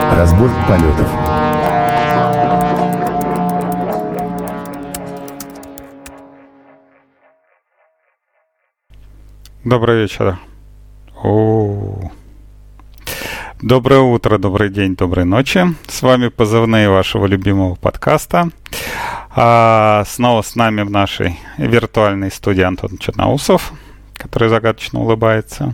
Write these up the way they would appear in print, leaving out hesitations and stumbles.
Разбор полетов. Добрый вечер. Доброе утро, добрый день, доброй ночи. С вами позывные вашего любимого подкаста. Снова с нами в нашей виртуальной студии Антон Черноусов, который загадочно улыбается.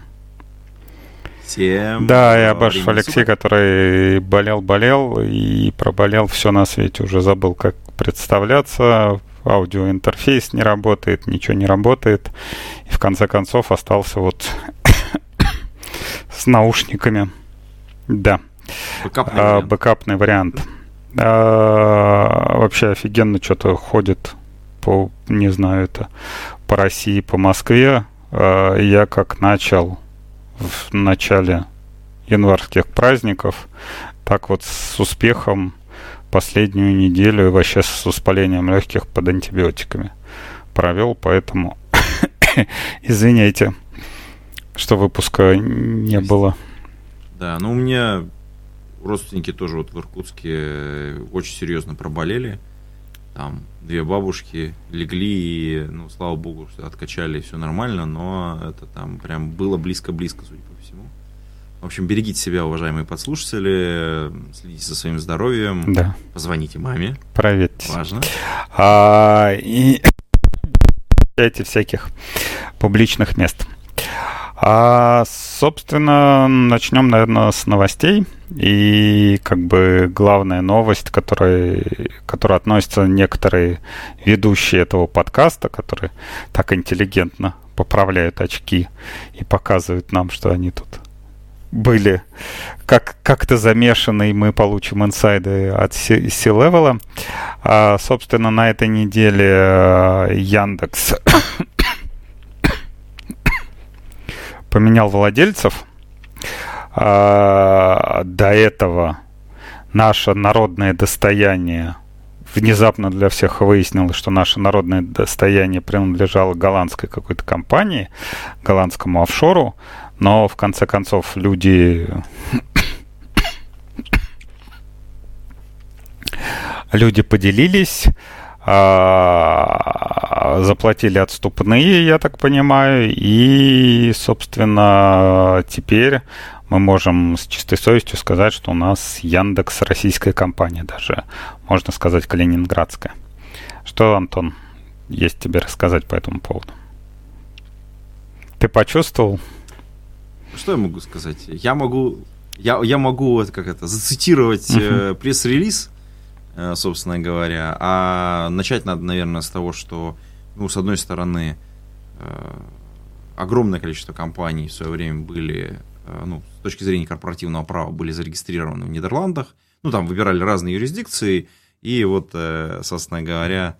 Всем да, и Абашев Алексей, который болел и проболел все на свете, уже забыл, как представляться. Аудиоинтерфейс не работает, ничего не работает. И в конце концов остался вот с наушниками. Да. Бэкапный вариант. Вообще офигенно что-то ходит по, не знаю, это по России, по Москве. Я как начал в начале январских праздников, так вот с успехом последнюю неделю вообще с воспалением легких под антибиотиками провел, поэтому извиняйте, что выпуска не было. Да, ну у меня родственники тоже вот в Иркутске очень серьезно проболели. Там 2 бабушки легли и, ну, слава богу, что откачали, все нормально, но это там прям было близко-близко, судя по всему. В общем, берегите себя, уважаемые подслушатели, следите за своим здоровьем, да. Позвоните маме. Проверьте. Важно. И эти всяких публичных мест. Собственно, начнем, наверное, с новостей. И как бы главная новость, которая относится некоторые ведущие этого подкаста, которые так интеллигентно поправляют очки и показывают нам, что они тут были как-то замешаны, и мы получим инсайды от C-Level. Собственно, на этой неделе Яндекс поменял владельцев. До этого наше народное достояние, внезапно для всех выяснилось, что наше народное достояние принадлежало голландской какой-то компании, голландскому офшору, но в конце концов люди поделились, заплатили отступные, я так понимаю, и, собственно, теперь мы можем с чистой совестью сказать, что у нас Яндекс российская компания, даже, можно сказать, калининградская. Что, Антон, есть тебе рассказать по этому поводу? Ты почувствовал? Что я могу сказать? Я могу зацитировать пресс-релиз, собственно говоря. А начать надо, наверное, с того, что, ну, с одной стороны, огромное количество компаний в свое время были, ну, с точки зрения корпоративного права, были зарегистрированы в Нидерландах. Ну, там выбирали разные юрисдикции. И вот, собственно говоря,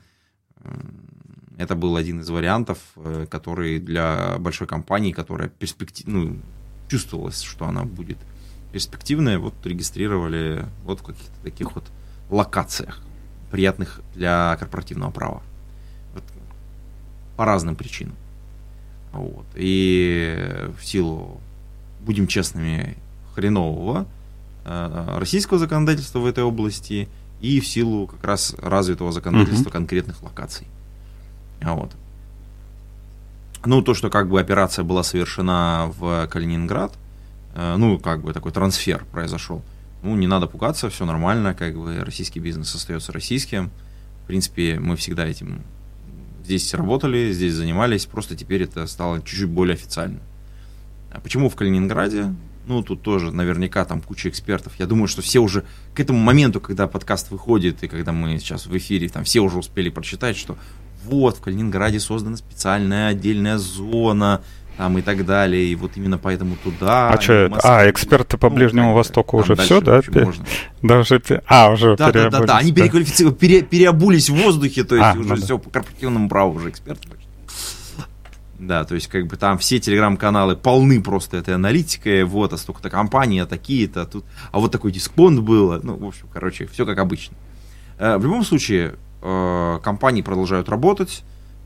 это был один из вариантов, который для большой компании, которая чувствовалось, что она будет перспективная, вот регистрировали вот в каких-то таких вот локациях, приятных для корпоративного права. Вот, по разным причинам. Вот. И в силу, будем честными, хренового российского законодательства в этой области и в силу как раз развитого законодательства конкретных локаций. Вот. Ну, то, что как бы операция была совершена в Калининград, ну, как бы такой трансфер произошел. Ну, не надо пугаться, все нормально, как бы российский бизнес остается российским. В принципе, мы всегда этим здесь работали, здесь занимались, просто теперь это стало чуть-чуть более официально. А почему в Калининграде? Ну, тут тоже наверняка там куча экспертов. Я думаю, что все уже к этому моменту, когда подкаст выходит, и когда мы сейчас в эфире, там все уже успели прочитать, что вот, в Калининграде создана специальная отдельная зона, там и так далее, и вот именно поэтому туда... А что это? Эксперты по Ближнему Востоку уже все, да? Уже переобулись. Да, они переобулись в воздухе, то есть уже все по корпоративному праву уже эксперты. Да, то есть как бы там все телеграм-каналы полны просто этой аналитикой, вот, а столько-то компаний, а такие-то, а тут... А вот такой дисконт было, ну, в общем, короче, все как обычно. В любом случае, компании продолжают работать,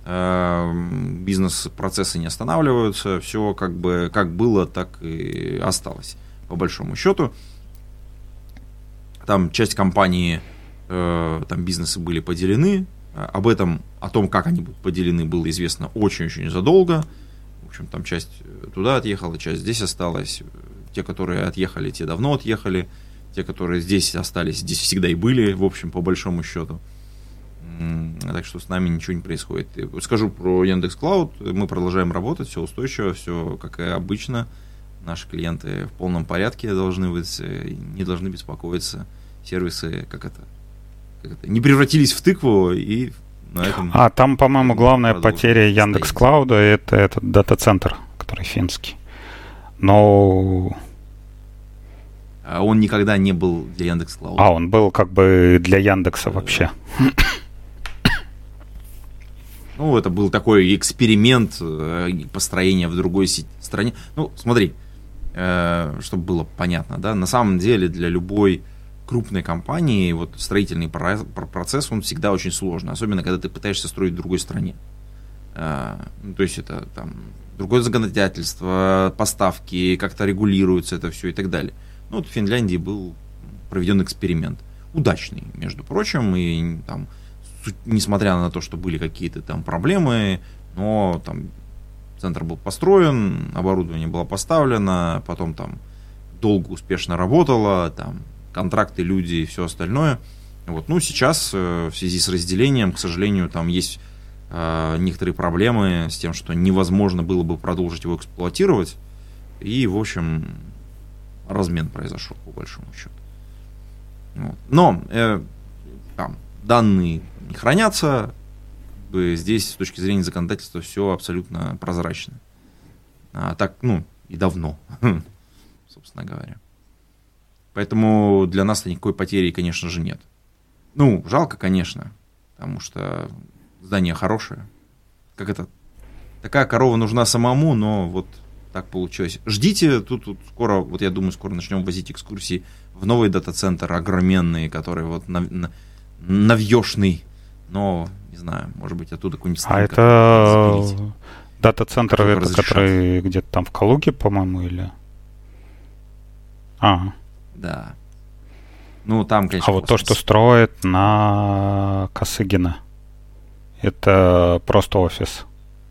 бизнес-процессы не останавливаются, все как бы как было, так и осталось, по большому счету. там часть компании, там бизнесы были поделены. О том, как они будут поделены, было известно очень-очень задолго. В общем, там часть туда отъехала, часть здесь осталась. Те, которые отъехали, те давно отъехали. Те, которые здесь остались, здесь всегда и были, в общем, по большому счету. Так что с нами ничего не происходит. Скажу про Яндекс.Клауд. Мы продолжаем работать, все устойчиво, все как и обычно. Наши клиенты в полном порядке должны быть, не должны беспокоиться. Сервисы, не превратились в тыкву, и на этом... там, по-моему, главная потеря Яндекс.Клауда — это этот дата-центр, который финский. Но... Он никогда не был для Яндекс.Клауда. Он был как бы для Яндекса вообще. Ну, это был такой эксперимент построения в другой стране. Ну, смотри, чтобы было понятно, да, на самом деле для любой крупной компании вот строительный процесс, он всегда очень сложный, особенно когда ты пытаешься строить в другой стране. То есть это там другое законодательство, поставки, как-то регулируется это все и так далее. Ну, вот в Финляндии был проведен эксперимент. Удачный, между прочим, и там, несмотря на то, что были какие-то там проблемы, но там центр был построен, оборудование было поставлено, потом там долго успешно работало, там контракты, люди и все остальное. Вот. Ну, сейчас в связи с разделением, к сожалению, там есть некоторые проблемы с тем, что невозможно было бы продолжить его эксплуатировать, и, в общем, размен произошел, по большому счету. Вот. Но там данные не хранятся, здесь с точки зрения законодательства все абсолютно прозрачно. Так, и давно, собственно говоря. Поэтому для нас-то никакой потери, конечно же, нет. Ну, жалко, конечно, потому что здание хорошее. Такая корова нужна самому, но вот так получилось. Ждите, тут скоро, вот я думаю, скоро начнем возить экскурсии в новый дата-центр, огроменный, который вот навьешный, но, не знаю, может быть, оттуда какой-нибудь... это дата-центр, это который где-то там в Калуге, по-моему, или... Да. Ну, там, конечно... А вот то, что строят на Косыгина, это просто офис?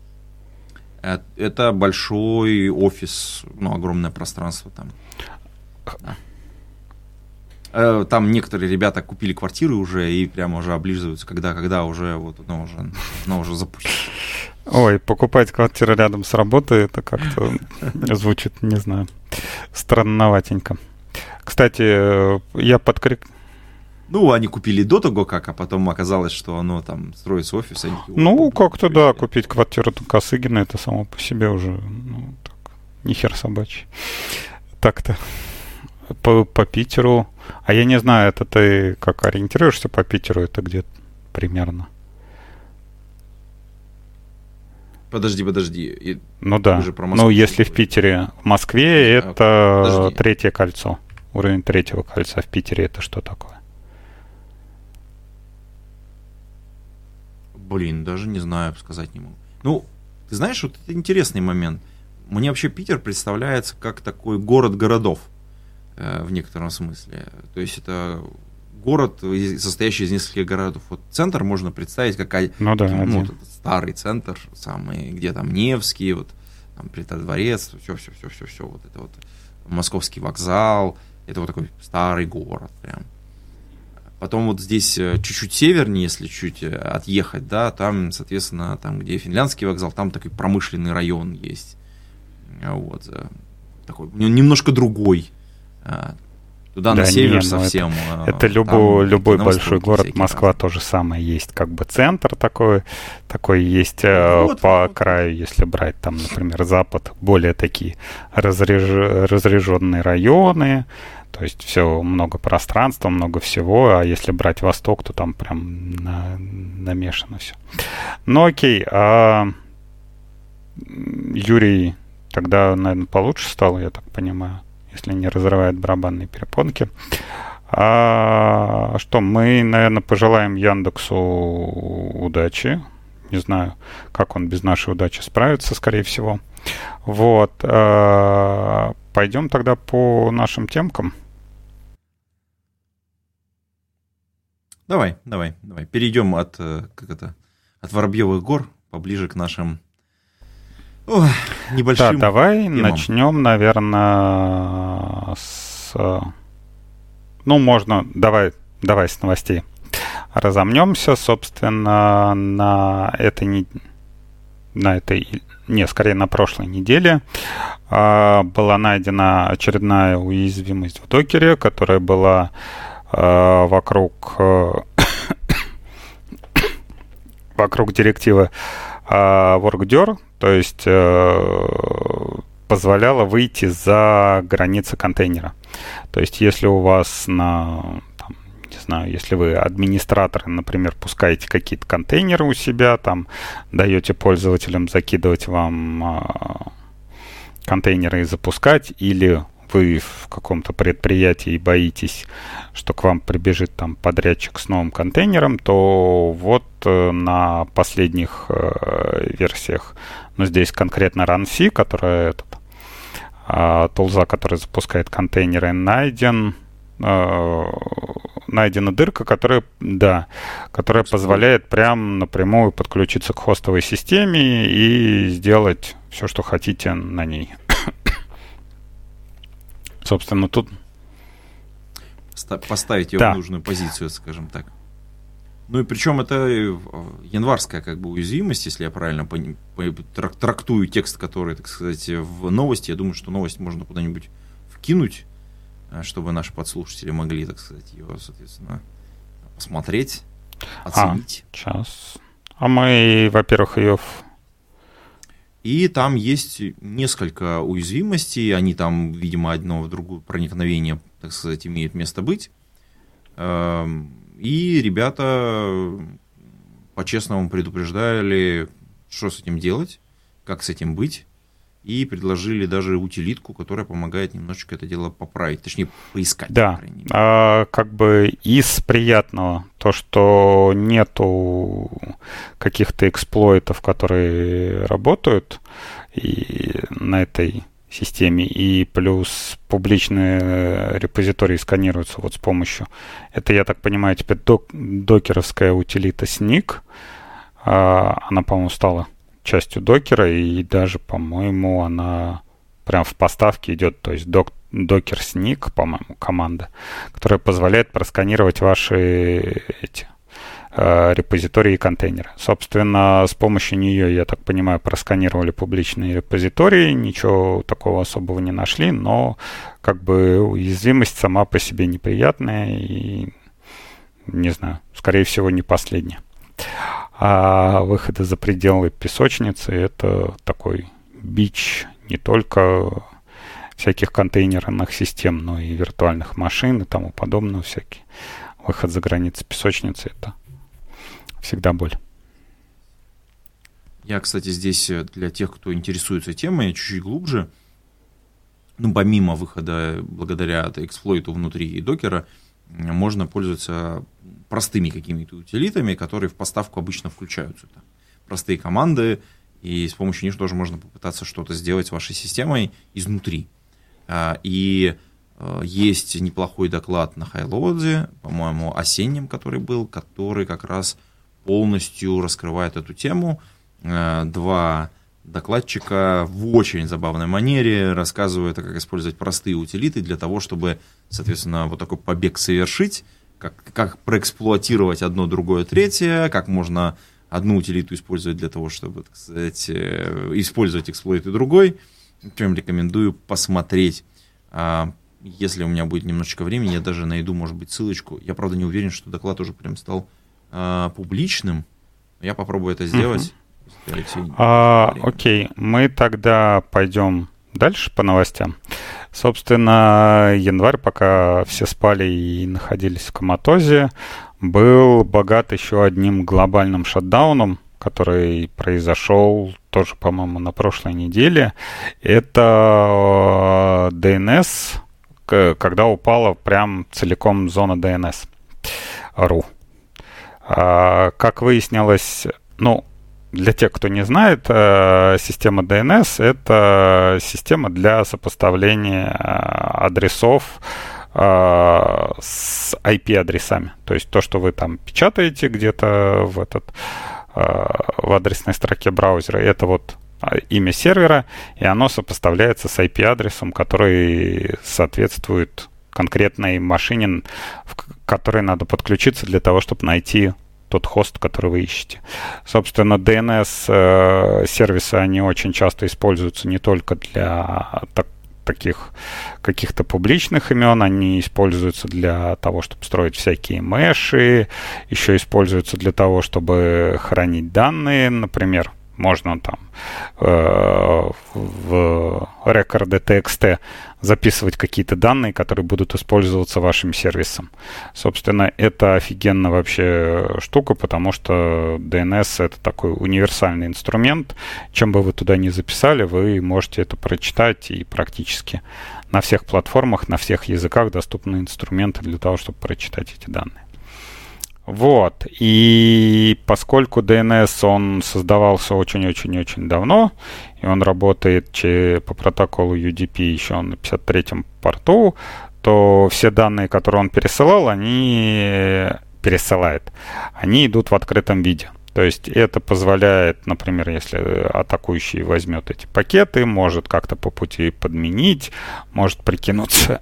Это большой офис, огромное пространство там. Да. Там некоторые ребята купили квартиры уже и прямо уже облизываются, когда уже вот оно уже запустится. Ой, покупать квартиру рядом с работой, это как-то звучит, не знаю, странноватенько. Кстати, я они купили до того, а потом оказалось, что оно там строится офис. Как-то да, купить квартиру Косыгина, это само по себе уже, не хер собачий. Так-то. По Питеру. А я не знаю, это ты как ориентируешься по Питеру, это где-то примерно? Подожди. Да. Если в Питере, в Москве это третье кольцо. Уровень третьего кольца в Питере это что такое? Даже не знаю, сказать не могу. Ты знаешь, вот это интересный момент. Мне вообще Питер представляется как такой город городов в некотором смысле. То есть это город, состоящий из нескольких городов. Вот центр можно представить как этот старый центр, самый, где там Невский, вот там Претордворец, все, вот это вот Московский вокзал. Это вот такой старый город прям. Потом вот здесь чуть-чуть севернее, если чуть отъехать, да, там, соответственно, там, где Финляндский вокзал, там такой промышленный район есть. Вот. Такой, немножко другой. Туда на север совсем. Это любой большой город. Москва тоже самое есть. Как бы центр такой есть по краю, если брать там, например, запад, более такие разреженные районы. То есть все, много пространства, много всего. А если брать восток, то там прям намешано все. Ну окей. Юрий тогда, наверное, получше стал, я так понимаю, если не разрывает барабанные перепонки. Что, мы, наверное, пожелаем Яндексу удачи. Не знаю, как он без нашей удачи справится, скорее всего. Вот. Пойдем тогда по нашим темкам. Давай. Перейдем от Воробьевых гор поближе к нашим небольшим Да, давай темам. начнем, наверное, с... давай с новостей. Разомнемся, собственно, на прошлой неделе была найдена очередная уязвимость в докере, которая была вокруг директивы workdir, то есть позволяла выйти за границы контейнера. То есть если у вас если вы администратор, например, пускаете какие-то контейнеры у себя, там даете пользователям закидывать вам контейнеры и запускать, или вы в каком-то предприятии боитесь, что к вам прибежит там подрядчик с новым контейнером, то вот на последних версиях, здесь конкретно Runc, которая тулза, который запускает контейнеры, найдена дырка, которая позволяет прям напрямую подключиться к хостовой системе и сделать все, что хотите на ней. Собственно, тут... Поставить ее в нужную позицию, скажем так. Ну и причем это январская уязвимость, если я правильно трактую текст, который, так сказать, в новости. Я думаю, что новость можно куда-нибудь вкинуть, чтобы наши подслушатели могли, так сказать, ее, соответственно, посмотреть, оценить. Сейчас. Мы, во-первых, ее... И там есть несколько уязвимостей, они там, видимо, одно в другое проникновение, так сказать, имеют место быть. И ребята по-честному предупреждали, что с этим делать, как с этим быть. И предложили даже утилитку, которая помогает немножечко это дело поправить, точнее, поискать. Да, из приятного то, что нету каких-то эксплойтов, которые работают и на этой системе, и плюс публичные репозитории сканируются с помощью. Это, я так понимаю, теперь докеровская утилита Snyk. Она, по-моему, стала частью докера, и даже, по-моему, она прям в поставке идет, то есть Docker Snyk, по-моему, команда, которая позволяет просканировать ваши репозитории и контейнеры. Собственно, с помощью нее, я так понимаю, просканировали публичные репозитории, ничего такого особого не нашли, но уязвимость сама по себе неприятная и, не знаю, скорее всего, не последняя. А выходы за пределы песочницы — это такой бич не только всяких контейнерных систем, но и виртуальных машин и тому подобное всякие. Выход за границы песочницы — это всегда боль. Я, кстати, здесь для тех, кто интересуется темой, чуть-чуть глубже, помимо выхода благодаря эксплойту внутри докера, можно пользоваться простыми какими-то утилитами, которые в поставку обычно включаются. Это простые команды, и с помощью них тоже можно попытаться что-то сделать с вашей системой изнутри. И есть неплохой доклад на Хайлоуде, по-моему, осеннем, который как раз полностью раскрывает эту тему. Два докладчика в очень забавной манере рассказывают, как использовать простые утилиты для того, чтобы, соответственно, такой побег совершить, как проэксплуатировать одно, другое, третье, как можно одну утилиту использовать для того, чтобы, так сказать, использовать эксплойты другой. Чем рекомендую посмотреть. Если у меня будет немножечко времени, я даже найду, может быть, ссылочку. Я, правда, не уверен, что доклад уже прям стал публичным. Я попробую это сделать. Окей, мы тогда пойдем дальше по новостям. Собственно, январь, пока все спали и находились в коматозе, был богат еще одним глобальным шатдауном, который произошел тоже, по-моему, на прошлой неделе. Это DNS, когда упала прям целиком зона DNS.ru. Как выяснилось, для тех, кто не знает, система DNS — это система для сопоставления адресов с IP-адресами. То есть то, что вы там печатаете где-то в адресной строке браузера, это вот имя сервера, и оно сопоставляется с IP-адресом, который соответствует конкретной машине, к которой надо подключиться для того, чтобы найти тот хост, который вы ищете. Собственно, DNS-сервисы, они очень часто используются не только для таких каких-то публичных имен, они используются для того, чтобы строить всякие мэши, еще используются для того, чтобы хранить данные, например, можно там в record.txt записывать какие-то данные, которые будут использоваться вашим сервисом. Собственно, это офигенная вообще штука, потому что DNS — это такой универсальный инструмент. Чем бы вы туда ни записали, вы можете это прочитать, и практически на всех платформах, на всех языках доступны инструменты для того, чтобы прочитать эти данные. Вот, и поскольку DNS, он создавался очень-очень-очень давно, и он работает по протоколу UDP еще на 53-м порту, то все данные, которые он пересылает, они идут в открытом виде. То есть это позволяет, например, если атакующий возьмет эти пакеты, может как-то по пути подменить, может прикинуться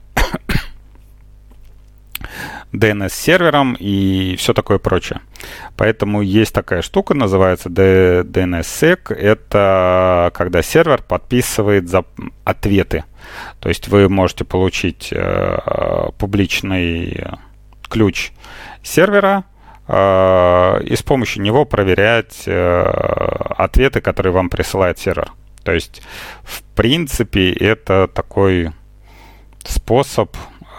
DNS-сервером и все такое прочее. Поэтому есть такая штука, называется DNSSEC. Это когда сервер подписывает ответы. То есть вы можете получить публичный ключ сервера и с помощью него проверять ответы, которые вам присылает сервер. То есть, в принципе, это такой способ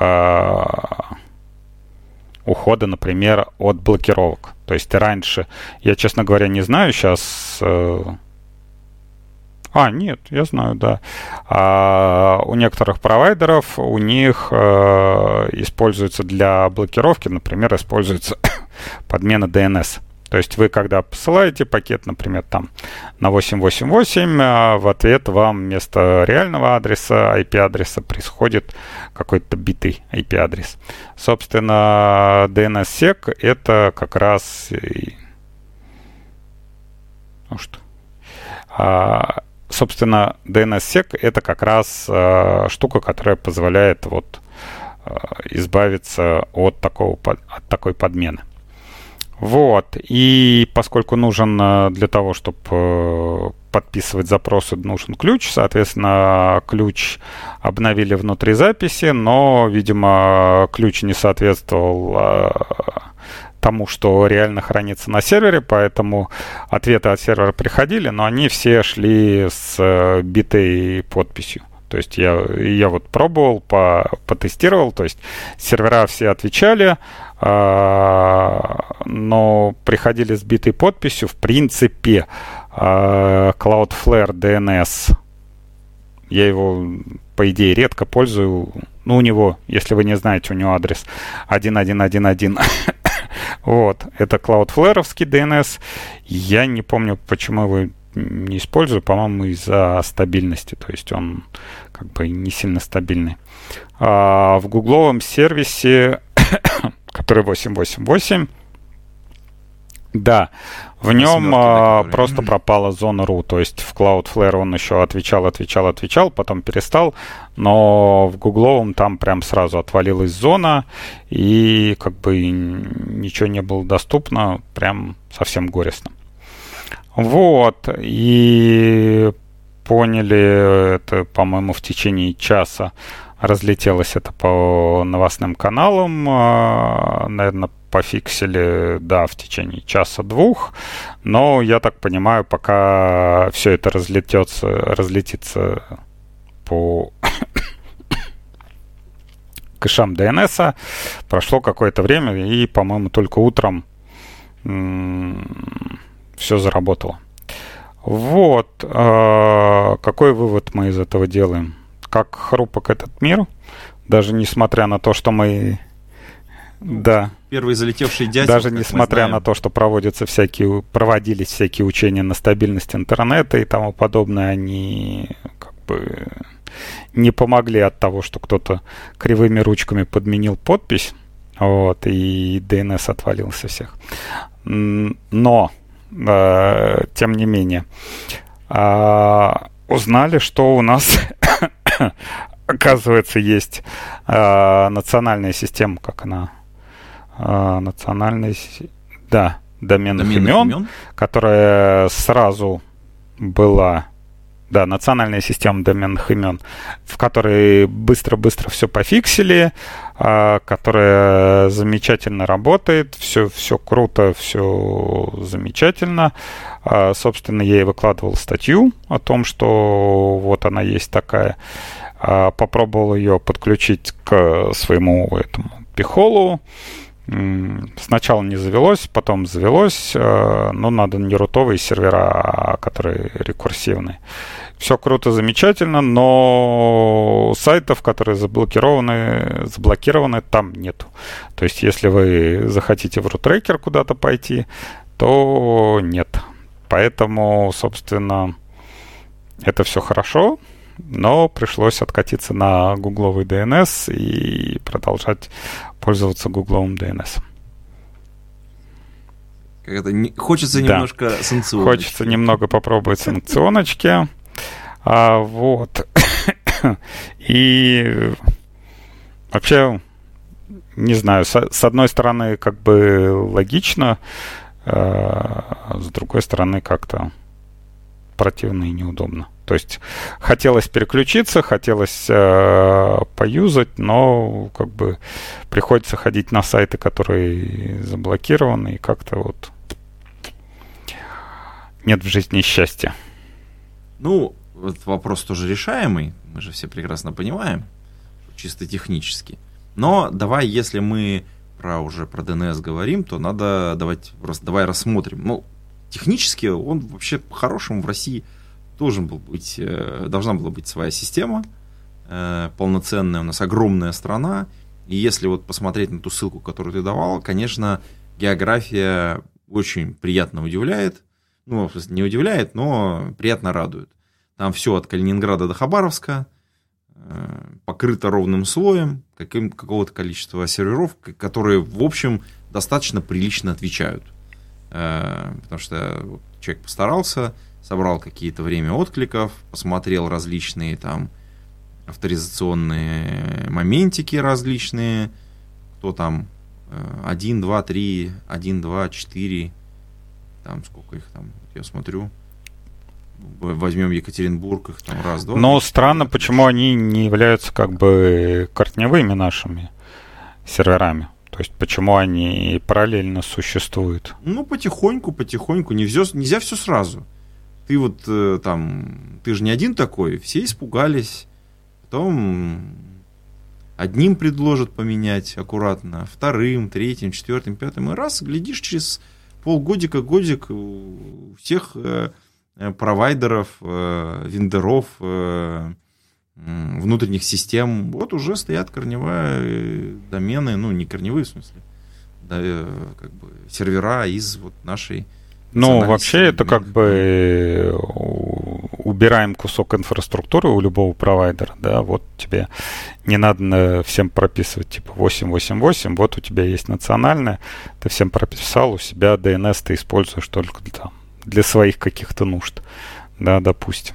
ухода, например, от блокировок. То есть раньше, я, честно говоря, не знаю, сейчас... нет, я знаю, да. У некоторых провайдеров у них используется для блокировки, например, используется подмена DNS. То есть вы, когда посылаете пакет, например, там на 888, в ответ вам вместо реального адреса, IP-адреса, происходит какой-то битый IP-адрес. Собственно, DNSSEC — это как раз... Собственно, DNSSEC — это как раз штука, которая позволяет избавиться от такой подмены. Вот, и поскольку нужен для того, чтобы подписывать запросы, нужен ключ, соответственно, ключ обновили внутри записи, но, видимо, ключ не соответствовал тому, что реально хранится на сервере, поэтому ответы от сервера приходили, но они все шли с битой подписью. То есть я вот пробовал, потестировал, то есть сервера все отвечали, но приходили с битой подписью. В принципе, Cloudflare DNS, я его, по идее, редко пользую. Ну, у него, если вы не знаете, у него адрес 1111. Вот, это Cloudflare-овский DNS. Я не помню, почему его не использую, по-моему, из-за стабильности. То есть он как бы не сильно стабильный. В гугловом сервисе, который 888, да, в нем просто пропала зона RU. То есть в Cloudflare он еще отвечал, потом перестал, но в гугловом там прям сразу отвалилась зона, и как бы ничего не было доступно, прям совсем горестно. Вот, и поняли это, по-моему, в течение часа. Разлетелось это по новостным каналам, наверное, пофиксили, да, в течение часа-двух, но, я так понимаю, пока все это разлетится по кэшам DNS, прошло какое-то время, и, по-моему, только утром все заработало. Вот. Какой вывод мы из этого делаем? Как хрупок этот мир, даже несмотря на то, что мы... Да. Первый залетевший дятел, даже несмотря на то, что проводились всякие учения на стабильность интернета и тому подобное, они как бы не помогли от того, что кто-то кривыми ручками подменил подпись, вот, и DNS отвалился всех. Но, тем не менее, узнали, что у нас, оказывается, есть национальная система, как она? Доменных имен, которая сразу была... Да, национальная система доменных имен, в которой быстро-быстро все пофиксили, которая замечательно работает, все круто, все замечательно. Собственно, я и выкладывал статью о том, что вот она есть такая. Попробовал ее подключить к своему этому пихолу. Сначала не завелось, потом завелось, но надо не рутовые сервера, которые рекурсивные. Все круто, замечательно, но сайтов, которые заблокированы, там нету. То есть, если вы захотите в рутрекер куда-то пойти, то нет. Поэтому, собственно, это все хорошо, но пришлось откатиться на гугловый DNS и продолжать пользоваться гугловым DNS. Хочется немножко санкционочки. Хочется немного попробовать санкционочки. Вот. И вообще, не знаю, с одной стороны, как бы логично, с другой стороны, как-то противно и неудобно. То есть хотелось переключиться, хотелось поюзать, но как бы приходится ходить на сайты, которые заблокированы, и как-то вот нет в жизни счастья. Ну, вот вопрос тоже решаемый, мы же все прекрасно понимаем, чисто технически. Но давай, если мы уже про DNS говорим, то надо давай рассмотрим. Ну, технически он вообще по-хорошему в России должна была быть своя система полноценная, у нас огромная страна, и если вот посмотреть на ту ссылку, которую ты давал, конечно, география очень приятно удивляет, ну, не удивляет, но приятно радует. Там все от Калининграда до Хабаровска покрыто ровным слоем какого-то количества серверов, которые, в общем, достаточно прилично отвечают. Потому что человек постарался, собрал какие-то время откликов, посмотрел различные там авторизационные моментики различные, кто там 1, 2, 3, 1, 2, 4, там сколько их там, я смотрю, возьмем Екатеринбург, их там раз, два. Но странно, почему они не являются как бы корневыми нашими серверами. То есть почему они параллельно существуют? Ну, потихоньку, нельзя все сразу. Ты вот ты же не один такой, все испугались, потом одним предложат поменять аккуратно, вторым, третьим, четвертым, пятым, и раз, глядишь, через полгодика-годик у всех провайдеров, вендоров, внутренних систем, вот уже стоят корневые домены, ну, не корневые, в смысле, да, как бы сервера из вот нашей... Ну, вообще это как бы убираем кусок инфраструктуры у любого провайдера, да, вот тебе не надо всем прописывать типа 888, вот у тебя есть национальная, ты всем прописал, у себя DNS ты используешь только для своих каких-то нужд, да, допустим.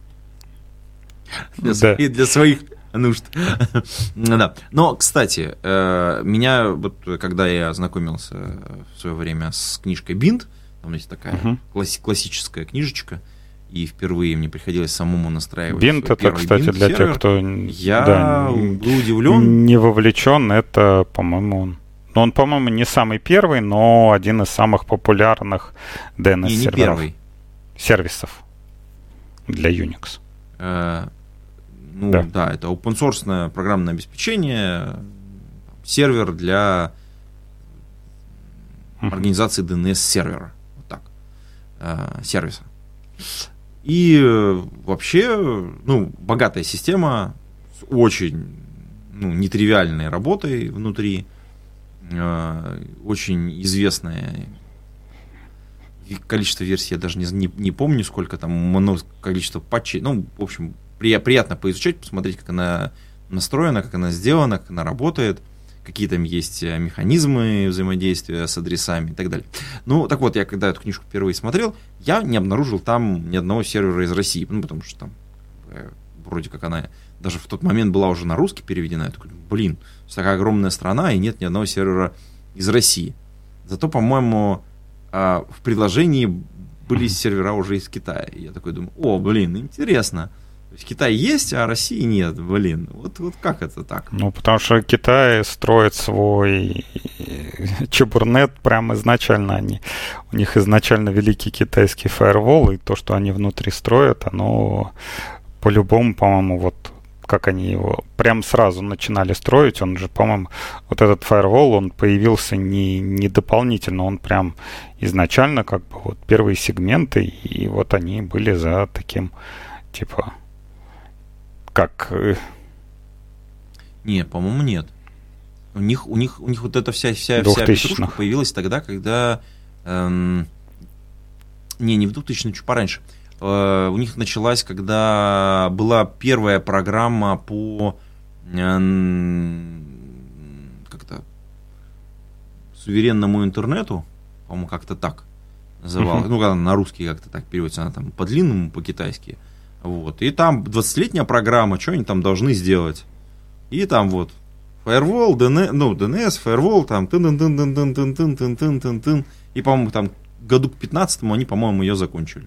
Для своих нужд. Да. Но, кстати, меня, вот когда я ознакомился в свое время с книжкой Bind, там есть такая классическая книжечка, и впервые мне приходилось самому настраивать. Bind это, кстати, для тех, кто был удивлен. Не вовлечен, это, по-моему, он, по-моему, не самый первый, но один из самых популярных DNS-серверов. Сервисов для Unix. Да, это open-source программное обеспечение, сервер для организации DNS-сервера. Вот так. Сервиса. И вообще, богатая система с очень нетривиальной работой внутри, очень известная. Количество версий я даже не помню, сколько там, количество патчей. В общем, приятно поизучать, посмотреть, как она настроена, как она сделана, как она работает, какие там есть механизмы взаимодействия с адресами и так далее. Ну, так вот, я когда эту книжку впервые смотрел, я не обнаружил там ни одного сервера из России, ну, потому что там вроде как она даже в тот момент была уже на русский переведена. Я такой, блин, такая огромная страна, и нет ни одного сервера из России. Зато, по-моему, в предложении были сервера уже из Китая. И я такой думаю, о, блин, интересно. То есть Китай есть, а России нет, блин. Вот как это так? Ну, потому что Китай строит свой чебурнет прямо изначально. У них изначально великий китайский фаервол, и то, что они внутри строят, оно по-любому, по-моему, вот как они его прям сразу начинали строить, он же, по-моему, вот этот фаервол, он появился не дополнительно, он прям изначально как бы вот первые сегменты, и вот они были за таким, типа, как... Не, по-моему, нет. У них вот эта вся петрушка появилась тогда, когда... не в 2000-м, чуть пораньше. У них началась, когда была первая программа по как-то суверенному интернету, по-моему, как-то так называлась. Ну, когда на русский как-то так переводится, она там по-длинному, по-китайски. Вот. И там 20-летняя программа, что они там должны сделать. И там вот Firewall, DNS, Firewall, там тын-тын-тын-тын-тын-тын-тын-тын-тын. И, по-моему, там году к 15-му они, по-моему, ее закончили.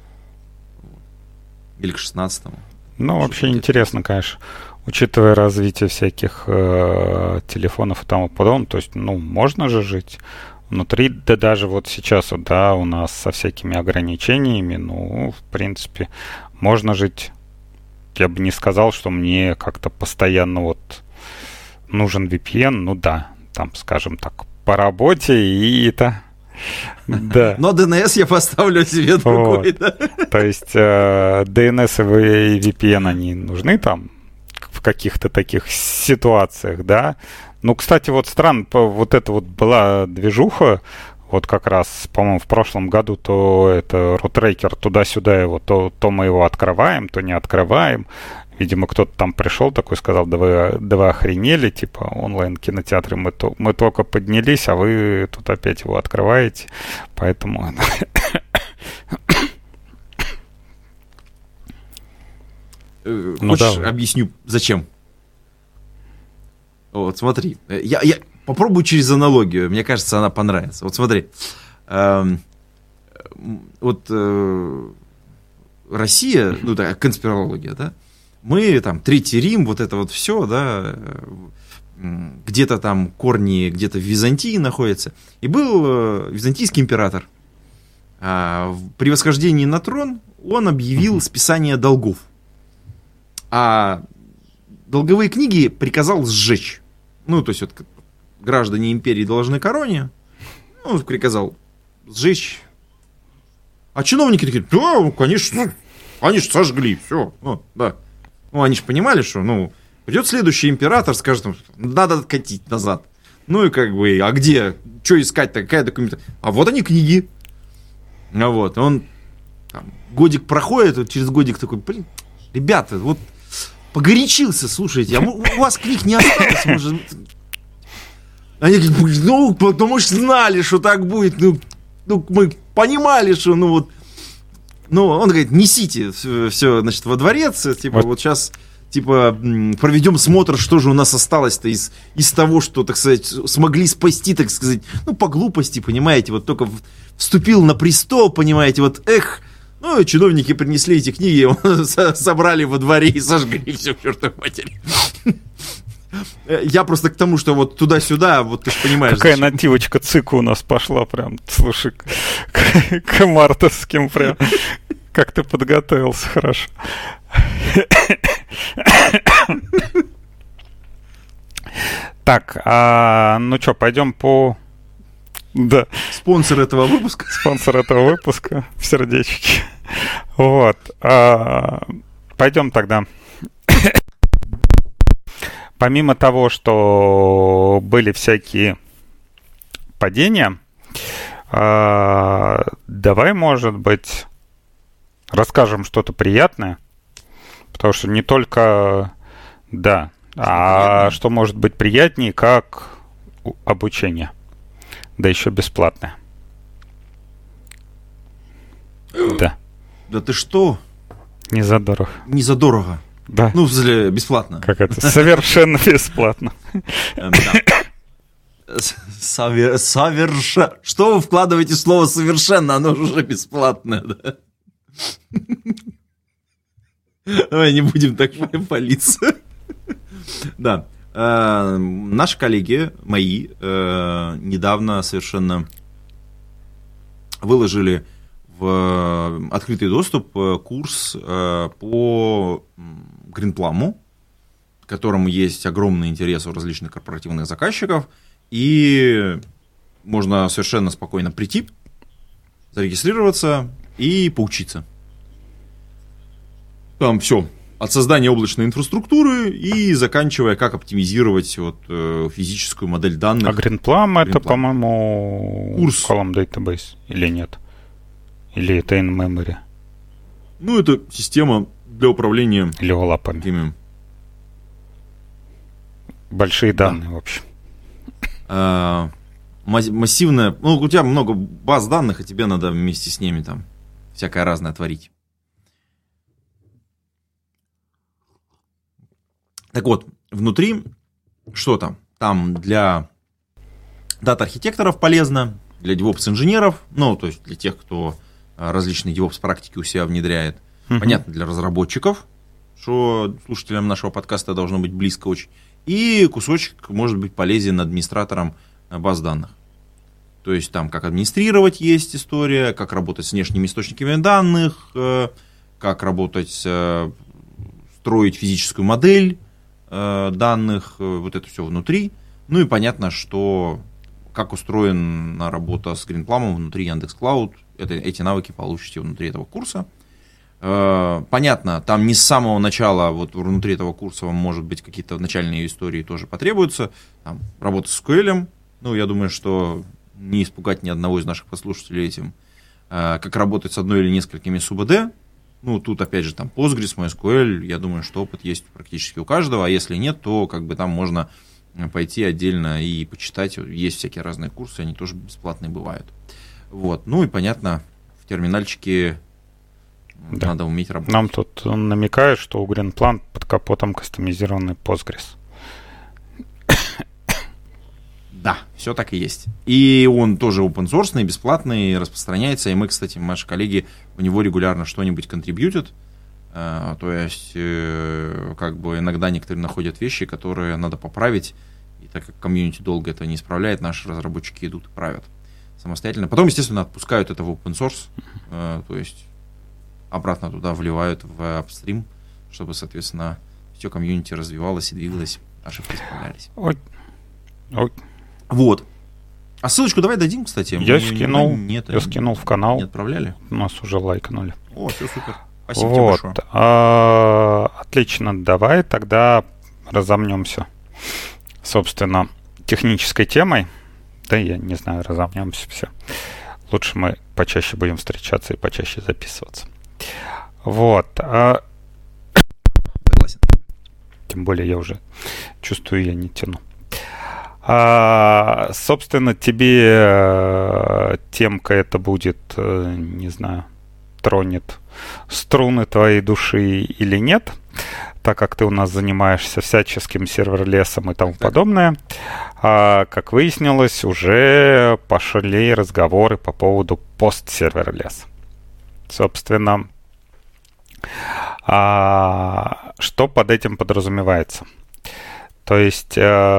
Или к 16-му. Ну, вообще интересно, конечно, учитывая развитие всяких телефонов и тому подобное, то есть, ну, можно же жить внутри, да даже вот сейчас, вот, да, у нас со всякими ограничениями, ну, в принципе, можно жить. Я бы не сказал, что мне как-то постоянно вот нужен VPN, ну да, там, скажем так, по работе и это... Да. Но DNS я поставлю себе другой. Вот. Да? То есть DNS и VPN, они нужны там в каких-то таких ситуациях, да. Ну, кстати, вот странно, вот это вот была движуха, вот как раз, по-моему, в прошлом году, то это рутрекер туда-сюда его, то мы его открываем, то не открываем. Видимо, кто-то там пришел такой, сказал, да вы охренели, типа, онлайн-кинотеатры мы только поднялись, а вы тут опять его открываете, поэтому... Хочешь, объясню, зачем? Вот, смотри, я попробую через аналогию, мне кажется, она понравится. Вот смотри, Россия, ну да, конспирология, да, мы там Третий Рим, вот это вот все, да, где-то там корни, где-то в Византии находятся. И был византийский император. При восхождении на трон он объявил списание долгов. А долговые книги приказал сжечь. Ну, то есть вот граждане империи должны короне. Он приказал сжечь. А чиновники такие, да, конечно, они же сожгли, все, ну, да. Ну, они же понимали, что, ну, придет следующий император, скажет, надо откатить назад. Ну, и как бы, а где, что искать-то, какая документация? А вот они, книги. А вот, он, там, годик проходит, через годик такой, блин, ребята, вот, погорячился, слушайте, а у вас книг не осталось, может... Они говорят, ну, потому что знали, что так будет, ну, мы понимали, что, ну, вот, ну, он говорит, несите все, значит, во дворец, типа, вот сейчас, типа, проведем смотр, что же у нас осталось-то из того, что, так сказать, смогли спасти, так сказать, ну, по глупости, понимаете, вот только вступил на престол, понимаете, вот, ну, чиновники принесли эти книги, собрали во дворе и сожгли все к чертовой матери. Я просто к тому, что вот туда-сюда, вот ты же понимаешь... Какая нативочка ЦИКа у нас пошла прям, слушай, к мартовским прям. Как ты подготовился, хорошо. Так, ну что, пойдем по... Да. Спонсор этого выпуска. Спонсор этого выпуска в сердечке. Вот. Пойдем тогда. Помимо того, что были всякие падения, давай, может быть, расскажем что-то приятное. Потому что не только, да, а что может быть приятнее, как обучение, да еще бесплатное. Да. Да ты что? Не задорого. Не задорого. Да. Ну, в смысле, бесплатно. Как это? Совершенно бесплатно. Что вы вкладываете в слово «совершенно»? Оно же уже бесплатное, да? Давай не будем так палиться. Да. Наши коллеги, мои, недавно совершенно выложили в открытый доступ курс по Greenplum, к которому есть огромный интерес у различных корпоративных заказчиков, и можно совершенно спокойно прийти, зарегистрироваться и поучиться. Там все. От создания облачной инфраструктуры и заканчивая, как оптимизировать вот, физическую модель данных. А Greenplum это, по-моему, курс. Column Database или нет? Или это in-memory? Ну, это система для управления... Или олапами. Такими... Большие данные, в общем. Массивная... Ну, у тебя много баз данных, и тебе надо вместе с ними там всякое разное творить. Так вот, внутри что там? Там для дата-архитекторов полезно, для DevOps-инженеров, ну, то есть для тех, кто различные DevOps-практики у себя внедряет. Понятно, для разработчиков, что слушателям нашего подкаста должно быть близко очень. И кусочек может быть полезен администраторам баз данных. То есть там как администрировать есть история, как работать с внешними источниками данных, как работать, строить физическую модель данных, вот это все внутри. Ну и понятно, что как устроена работа с Greenplum внутри Яндекс.Клауд, эти навыки получите внутри этого курса. Понятно, там не с самого начала, вот внутри этого курса вам, может быть, какие-то начальные истории тоже потребуются. Там, работа с SQL, ну, я думаю, что не испугать ни одного из наших послушателей этим. Как работать с одной или несколькими СУБД. Ну, тут, опять же, там Postgres, MySQL, я думаю, что опыт есть практически у каждого, а если нет, то как бы там можно пойти отдельно и почитать. Есть всякие разные курсы, они тоже бесплатные бывают. Вот. Ну и, понятно, в терминальчике надо уметь работать. Нам тут намекают, что у Greenplum под капотом кастомизированный Postgres. Да, все так и есть. И он тоже open-source, бесплатный, распространяется. И мы, кстати, наши коллеги в него регулярно что-нибудь контрибьютят. То есть, как бы иногда некоторые находят вещи, которые надо поправить. И так как комьюнити долго это не исправляет, наши разработчики идут и правят самостоятельно. Потом, естественно, отпускают это в open-source. То есть, обратно туда вливают в upstream, чтобы, соответственно, все комьюнити развивалось и двигалось, ошибки исправлялись. Ой. Вот. А ссылочку давай дадим, кстати. Я скинул в канал. Не отправляли? У нас уже лайкнули. О, все супер. Спасибо тебе большое. Отлично, давай тогда разомнемся, собственно, технической темой. Да, я не знаю, разомнемся все. Лучше мы почаще будем встречаться и почаще записываться. Вот. Согласен. Тем более я уже чувствую, я не тяну. Собственно, тебе темка это будет, не знаю, тронет струны твоей души или нет, так как ты у нас занимаешься всяческим серверлесом и тому подобное. Как выяснилось, уже пошли разговоры по поводу постсерверлеса. Собственно, что под этим подразумевается? То есть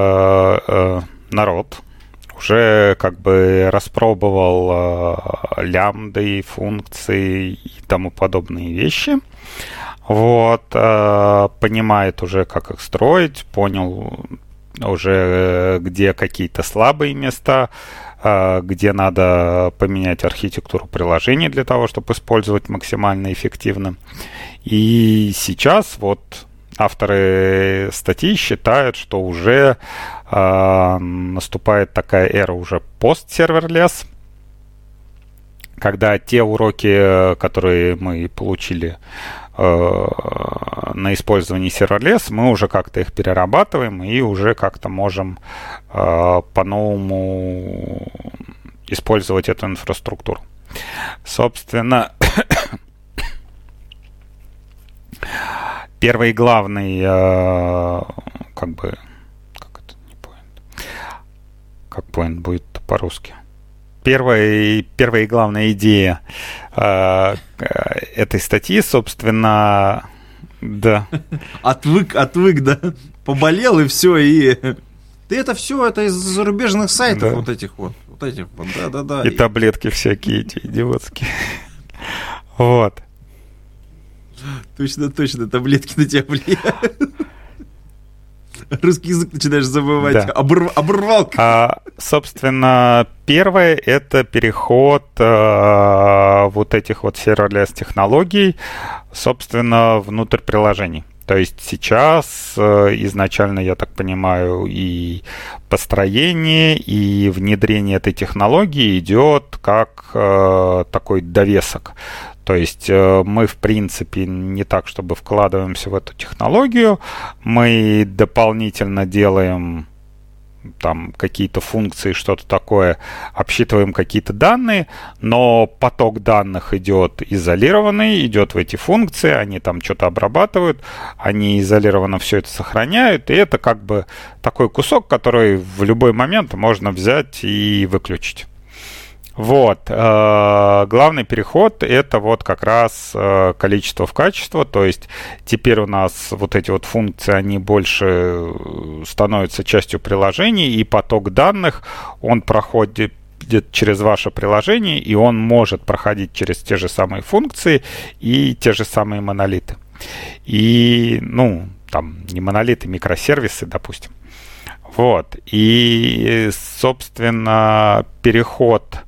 народ уже как бы распробовал лямбды, функции и тому подобные вещи. Вот, понимает уже, как их строить, понял уже, где какие-то слабые места, где надо поменять архитектуру приложений для того, чтобы использовать максимально эффективно. И сейчас вот авторы статьи считают, что уже наступает такая эра уже пост-серверлес, когда те уроки, которые мы получили на использовании serverless, мы уже как-то их перерабатываем и уже как-то можем по-новому использовать эту инфраструктуру. Собственно, первый и главный, как point будет по-русски? Первая и главная идея этой статьи, собственно, да. Отвык, да. Поболел и все, и... Ты это все, это из зарубежных сайтов, да. вот этих вот, да. И таблетки всякие эти идиотские. Вот. Точно, таблетки на тебя влияют. Русский язык начинаешь забывать. Да. Оборвал. Собственно, первое — это переход вот этих вот serverless технологий, собственно, внутрь приложений. То есть сейчас изначально, я так понимаю, и построение, и внедрение этой технологии идет как такой довесок. То есть мы, в принципе, не так, чтобы вкладываемся в эту технологию, мы дополнительно делаем там какие-то функции, что-то такое, обсчитываем какие-то данные, но поток данных идет изолированный, идет в эти функции, они там что-то обрабатывают, они изолированно все это сохраняют, и это как бы такой кусок, который в любой момент можно взять и выключить. Вот. Главный переход — это вот как раз количество в качество, то есть теперь у нас вот эти вот функции, они больше становятся частью приложений, и поток данных, он проходит через ваше приложение, и он может проходить через те же самые функции и те же самые монолиты. И, ну, там, не монолиты, микросервисы, допустим. Вот. И, собственно, переход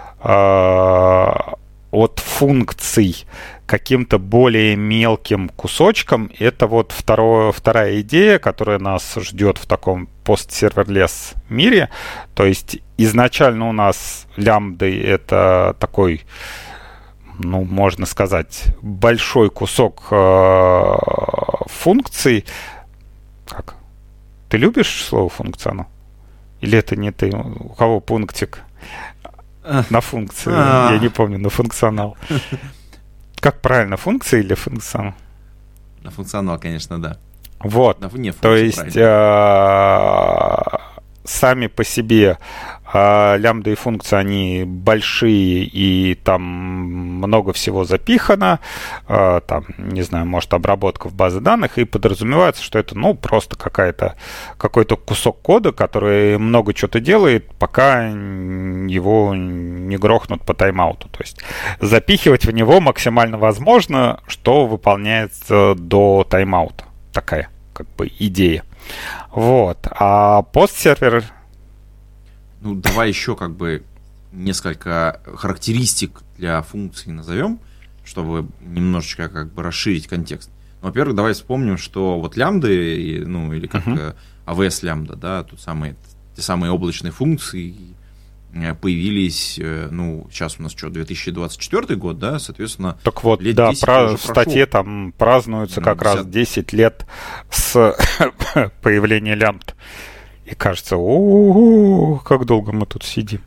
от функций к каким-то более мелким кусочкам — это вот вторая идея, которая нас ждет в таком постсерверлесс мире. То есть изначально у нас лямбды — это такой, ну, можно сказать, большой кусок функций. Как? Ты любишь слово функционал? Или это не ты? У кого пунктик? На функцию. Я не помню, на функционал. Как правильно, функция или функционал? На функционал, конечно, да. Вот. То есть сами по себе лямбда и функции, они большие, и там много всего запихано, там, не знаю, может, обработка в базе данных, и подразумевается, что это, ну, просто какой-то кусок кода, который много чего-то делает, пока его не грохнут по тайм-ауту. То есть запихивать в него максимально возможно, что выполняется до тайм-аута. Такая, как бы, идея. Вот. А постсервер... Ну, давай еще как бы несколько характеристик для функций назовем, чтобы немножечко как бы расширить контекст. Ну, во-первых, давай вспомним, что вот лямбды, ну, или как AWS лямбда, да, те самые облачные функции появились, ну, сейчас у нас что, 2024 год, да, соответственно... Так вот, да, в статье там празднуются как раз 10 лет с появления лямбд. И кажется, как долго мы тут сидим.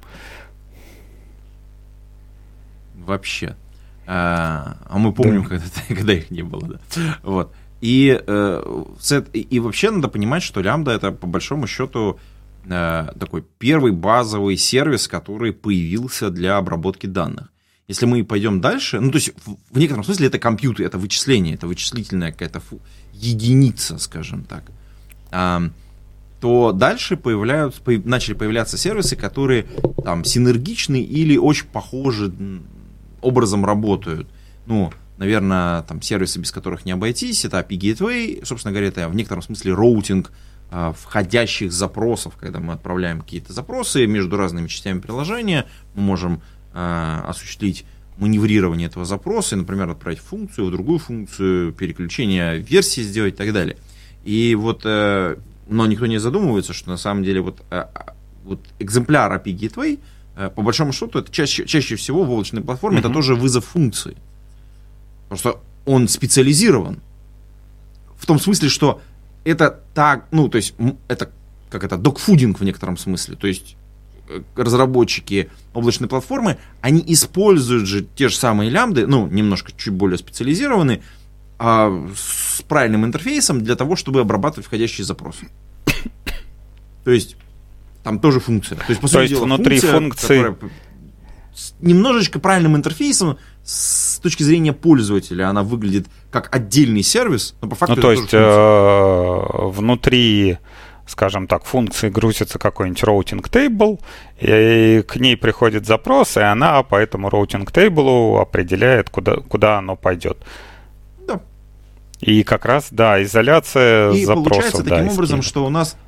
Вообще. А мы помним, да. когда их не было, да. Вот. И вообще надо понимать, что лямбда — это, по большому счету, такой первый базовый сервис, который появился для обработки данных. Если мы пойдем дальше, ну, то есть в некотором смысле это компьютер, это вычисление, это вычислительная какая-то единица, скажем так, то дальше начали появляться сервисы, которые там синергичны или очень похожи образом работают. Ну, наверное, там сервисы, без которых не обойтись, это API Gateway, собственно говоря, это в некотором смысле роутинг входящих запросов, когда мы отправляем какие-то запросы между разными частями приложения, мы можем осуществить маневрирование этого запроса и, например, отправить функцию в другую функцию, переключение версии сделать и так далее. И вот, но никто не задумывается, что на самом деле вот экземпляр API Gateway, по большому счету, это чаще всего в облачной платформе это тоже вызов функции. Просто он специализирован. В том смысле, что это так, ну, то есть, это, как это, догфудинг в некотором смысле. То есть, разработчики облачной платформы, они используют же те же самые лямбды, ну, немножко чуть более специализированные, с правильным интерфейсом для того, чтобы обрабатывать входящие запросы. То есть, там тоже функция. То есть, по сути дела, внутри функции... немножечко правильным интерфейсом с точки зрения пользователя она выглядит как отдельный сервис, но по факту ну, то есть внутри, скажем так, функции грузится какой-нибудь роутинг тейбл, и к ней приходит запрос, и она по этому роутинг тейблу определяет, куда оно пойдет. Да. И как раз, да, изоляция и запросов. И получается таким да, образом, что у нас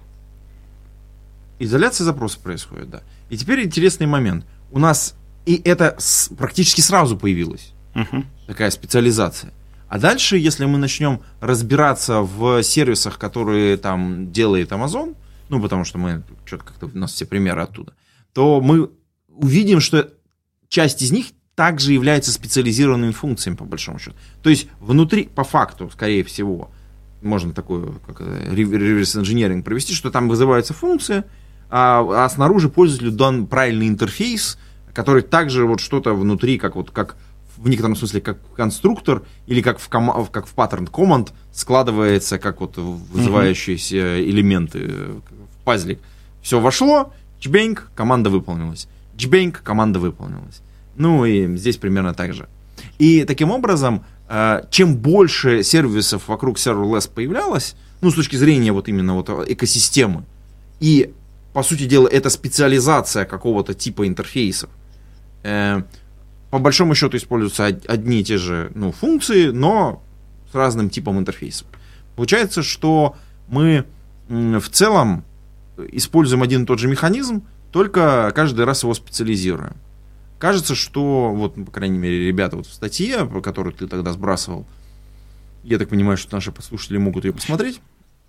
изоляция запросов происходит, да. И теперь интересный момент. У нас и это практически сразу появилось. Такая специализация. А дальше, если мы начнем разбираться в сервисах, которые там делает Amazon, ну, потому что мы что-то как-то у нас все примеры оттуда, то мы увидим, что часть из них также является специализированными функциями, по большому счету. То есть внутри, по факту, скорее всего, можно такой реверс-инженеринг провести, что там вызывается функция, а снаружи пользователю дан правильный интерфейс, который также вот что-то внутри, как в некотором смысле, как конструктор, или как в pattern command складывается, как вот вызывающиеся элементы в пазлик. Все вошло, чбеньк, команда выполнилась. Чбеньк, команда выполнилась. Ну и здесь примерно так же. И таким образом, чем больше сервисов вокруг serverless появлялось, ну, с точки зрения вот именно вот экосистемы, и, по сути дела, это специализация какого-то типа интерфейсов, по большому счету используются одни и те же функции, но с разным типом интерфейсов. Получается, что мы в целом используем один и тот же механизм, только каждый раз его специализируем. Кажется, что, вот, по крайней мере, ребята вот в статье, которую ты тогда сбрасывал, я так понимаю, что наши послушатели могут ее посмотреть,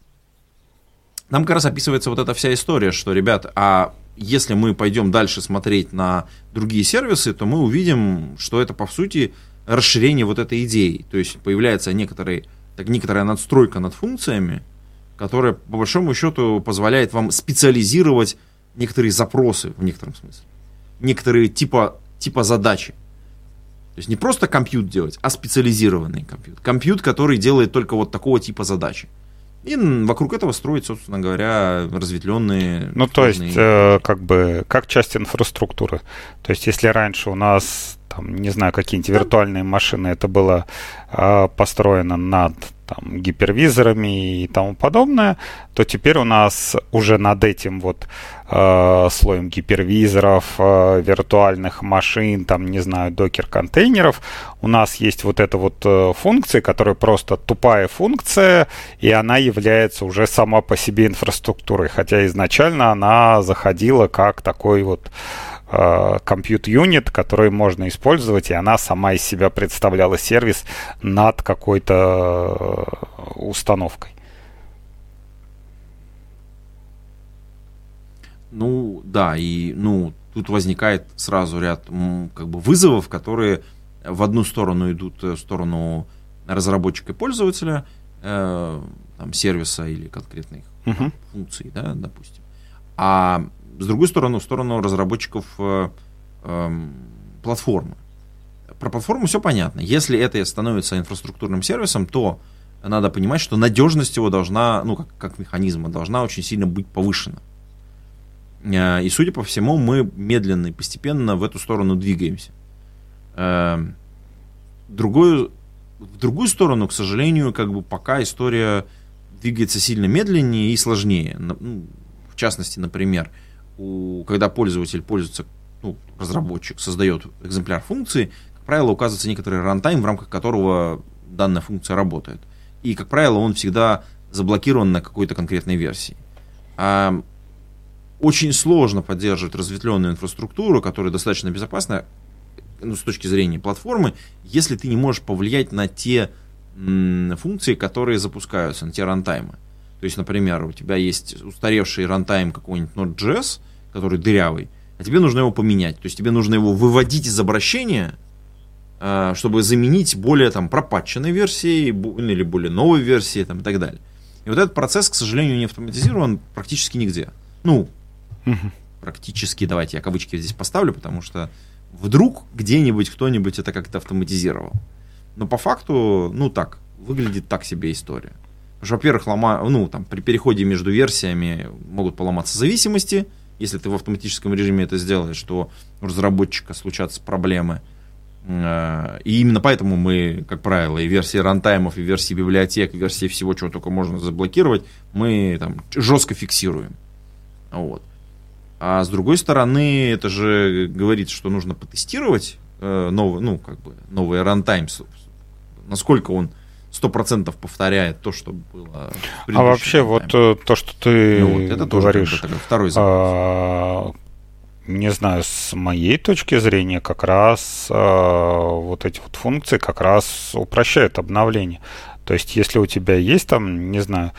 нам как раз описывается вот эта вся история, что, ребят, а если мы пойдем дальше смотреть на другие сервисы, то мы увидим, что это, по сути, расширение вот этой идеи. То есть появляется некоторая надстройка над функциями, которая, по большому счету, позволяет вам специализировать некоторые запросы в некотором смысле. Некоторые типа задачи. То есть не просто компьют делать, а специализированный компьют. Компьют, который делает только вот такого типа задачи. И вокруг этого строить, собственно говоря, разветвленные... Ну, то есть, как часть инфраструктуры. То есть, если раньше у нас, там, не знаю, какие-нибудь виртуальные машины, это было построено над гипервизорами и тому подобное, то теперь у нас уже над этим вот слоем гипервизоров, виртуальных машин, там, не знаю, докер-контейнеров, у нас есть вот эта вот функция, которая просто тупая функция, и она является уже сама по себе инфраструктурой, хотя изначально она заходила как такой вот compute unit, который можно использовать, и она сама из себя представляла сервис над какой-то установкой. Ну, да, и тут возникает сразу ряд вызовов, которые в одну сторону идут в сторону разработчика и пользователя, там, сервиса или конкретных функций, да, допустим. А с другой стороны, в сторону разработчиков платформы. Про платформу все понятно. Если это становится инфраструктурным сервисом, то надо понимать, что надежность его должна, как механизма, должна очень сильно быть повышена. И, судя по всему, мы медленно и постепенно в эту сторону двигаемся. В другую сторону, к сожалению, пока история двигается сильно медленнее и сложнее. В частности, например, когда пользователь пользуется, разработчик создает экземпляр функции, как правило, указывается некоторый рантайм, в рамках которого данная функция работает. И, как правило, он всегда заблокирован на какой-то конкретной версии. Очень сложно поддерживать разветвленную инфраструктуру, которая достаточно безопасна, с точки зрения платформы, если ты не можешь повлиять на те функции, которые запускаются, на те рантаймы. То есть, например, у тебя есть устаревший рантайм какой-нибудь Node.js, который дырявый, а тебе нужно его поменять. То есть тебе нужно его выводить из обращения, чтобы заменить более там пропатченной версией или более новой версией там, и так далее. И вот этот процесс, к сожалению, не автоматизирован практически нигде. Ну, практически, давайте я кавычки здесь поставлю, потому что вдруг где-нибудь кто-нибудь это как-то автоматизировал. Но по факту, ну так, выглядит так себе история. Потому что, во-первых, при переходе между версиями могут поломаться зависимости. Если ты в автоматическом режиме это сделаешь, то у разработчика случатся проблемы. И именно поэтому мы, как правило, и версии рантаймов, и версии библиотек, и версии всего, чего только можно заблокировать, мы там жестко фиксируем. Вот. А с другой стороны, это же говорит, что нужно потестировать новый рантайм, насколько он 100% повторяет то, что было. А вообще вот то, что ты это говоришь, тоже второй запрос. Не знаю, с моей точки зрения, как раз вот эти вот функции как раз упрощают обновление. То есть, если у тебя есть там, не знаю,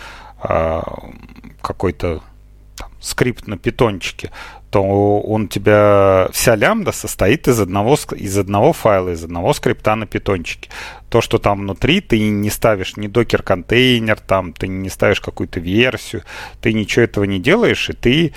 какой-то там скрипт на питончике, то у тебя вся лямбда состоит из одного файла, из одного скрипта на питончике. То, что там внутри, ты не ставишь ни докер-контейнер, там, ты не ставишь какую-то версию, ты ничего этого не делаешь, и ты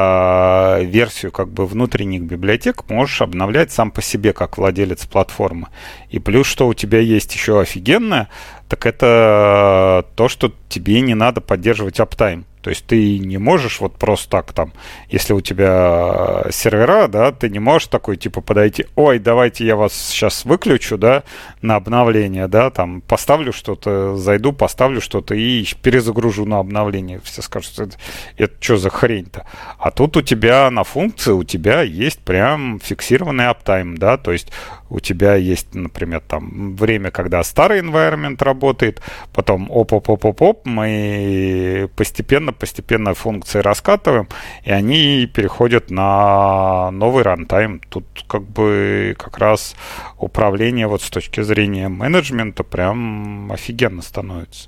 версию как бы внутренних библиотек можешь обновлять сам по себе, как владелец платформы. И плюс, что у тебя есть еще офигенное, так это то, что тебе не надо поддерживать аптайм. То есть ты не можешь вот просто так там, если у тебя сервера, да, ты не можешь такой типа подойти, ой, давайте я вас сейчас выключу, да, на обновление, да, там поставлю что-то, зайду, поставлю что-то и перезагружу на обновление. Все скажут, это что за хрень-то? А тут у тебя на функции, у тебя есть прям фиксированный аптайм, да, то есть у тебя есть, например, там время, когда старый environment работает, потом оп-оп-оп-оп-оп, мы постепенно функции раскатываем, и они переходят на новый рантайм. Тут как бы как раз управление вот с точки зрения менеджмента прям офигенно становится.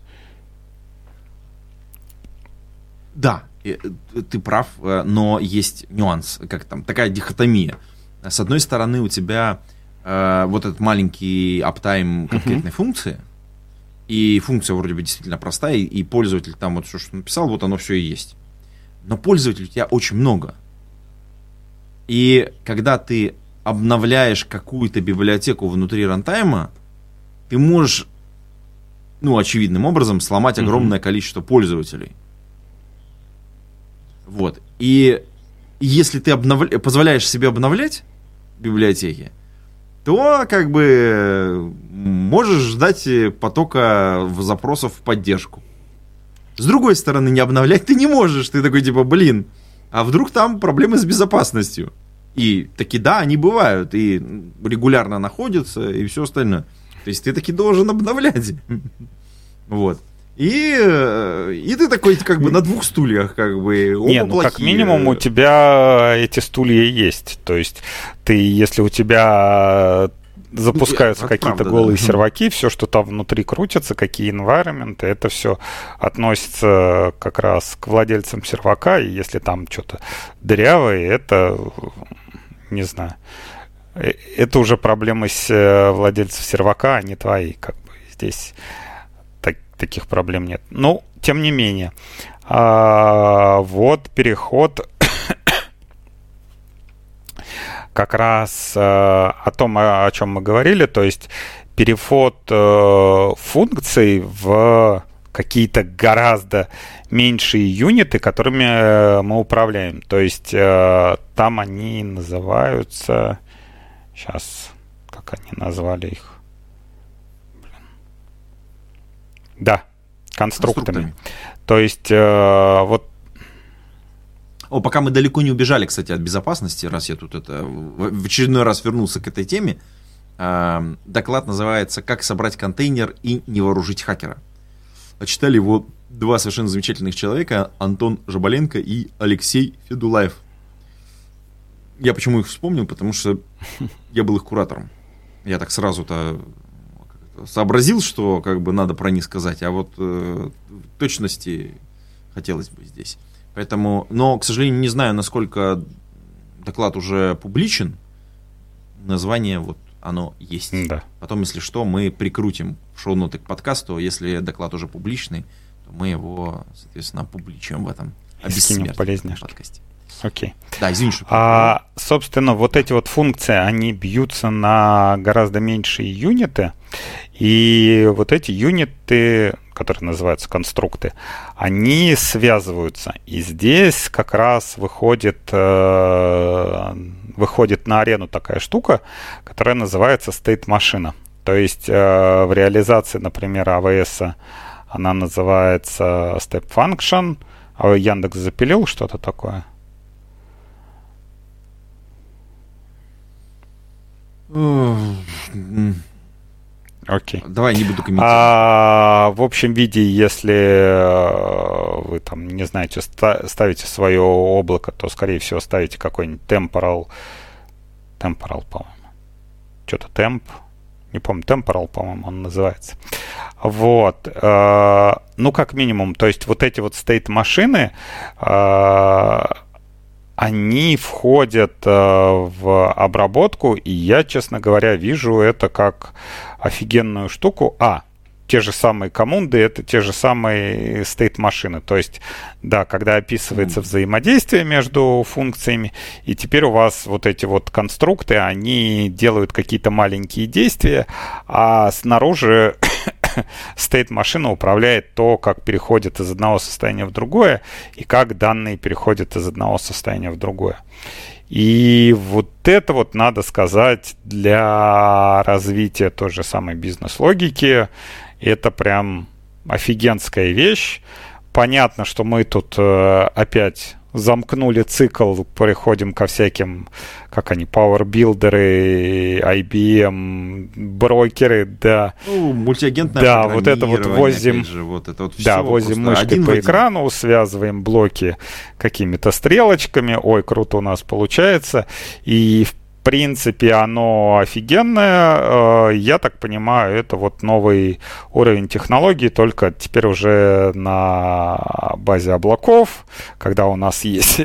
Да, ты прав, но есть нюанс, как там, такая дихотомия. С одной стороны, у тебя вот этот маленький аптайм конкретной функции, и функция вроде бы действительно простая, и пользователь там вот все, что написал, вот оно все и есть. Но пользователей у тебя очень много. И когда ты обновляешь какую-то библиотеку внутри рантайма, ты можешь, очевидным образом сломать огромное количество пользователей. Вот. И если ты позволяешь себе обновлять библиотеки, то как бы можешь ждать потока запросов в поддержку. С другой стороны, не обновлять ты не можешь. Ты такой типа, а вдруг там проблемы с безопасностью? И таки да, они бывают, и регулярно находятся, и все остальное. То есть ты таки должен обновлять. Вот. И ты такой как бы на двух стульях, как бы. Как минимум у тебя эти стулья есть. То есть ты, если у тебя запускаются какие-то голые серваки, все, что там внутри крутится, какие environment, это все относится как раз к владельцам сервака, и если там что-то дырявое, это, не знаю, это уже проблемы с владельцев сервака, а не твои, как бы здесь таких проблем нет. Но, тем не менее, вот переход как раз о том, о чем мы говорили, то есть переход функций в какие-то гораздо меньшие юниты, которыми мы управляем. То есть там они называются... Сейчас, как они назвали их? Да, конструктами. То есть вот... Пока мы далеко не убежали, кстати, от безопасности, раз я тут в очередной раз вернулся к этой теме, доклад называется «Как собрать контейнер и не вооружить хакера». Читали его два совершенно замечательных человека, Антон Жабаленко и Алексей Федулаев. Я почему их вспомнил? Потому что я был их куратором. Я так сразу-то сообразил, что как бы надо про них сказать, а вот точности хотелось бы здесь. Поэтому, но, к сожалению, не знаю, насколько доклад уже публичен. Название вот оно есть. Да. Потом, если что, мы прикрутим шоу-ноты к подкасту. Если доклад уже публичный, то мы его, соответственно, опубличим в этом обессмертном подкасте. Окей. Да, извини, что... Собственно, вот эти вот функции, они бьются на гораздо меньшие юниты, и вот эти юниты, которые называются конструкты, они связываются. И здесь как раз выходит на арену такая штука, которая называется state-машина. То есть в реализации, например, AWS она называется step function, а Яндекс запилил что-то такое? Окей. Давай не буду комментировать. В общем виде, если вы там, не знаете, ставите свое облако, то, скорее всего, ставите какой-нибудь temporal, по-моему. Что-то temp. Не помню, temporal, по-моему, он называется. Вот. Ну, как минимум, то есть вот эти вот state-машины, они входят в обработку, и я, честно говоря, вижу это как офигенную штуку. Те же самые команды, это те же самые state-машины. То есть, да, когда описывается взаимодействие между функциями, и теперь у вас вот эти вот конструкты, они делают какие-то маленькие действия, а снаружи state-машина управляет то, как переходит из одного состояния в другое, и как данные переходят из одного состояния в другое. И вот это вот, надо сказать, для развития той же самой бизнес-логики, это прям офигенская вещь. Понятно, что мы тут опять замкнули цикл, переходим ко всяким, как они, Power Builder, IBM, брокеры, да. Ну, мультиагентное программирование, вот это вот возим, опять же, вот это вот все, да, возим мышкой по экрану, связываем блоки какими-то стрелочками, ой, круто у нас получается, и в принципе, оно офигенное. Я так понимаю, это вот новый уровень технологий, только теперь уже на базе облаков, когда у нас есть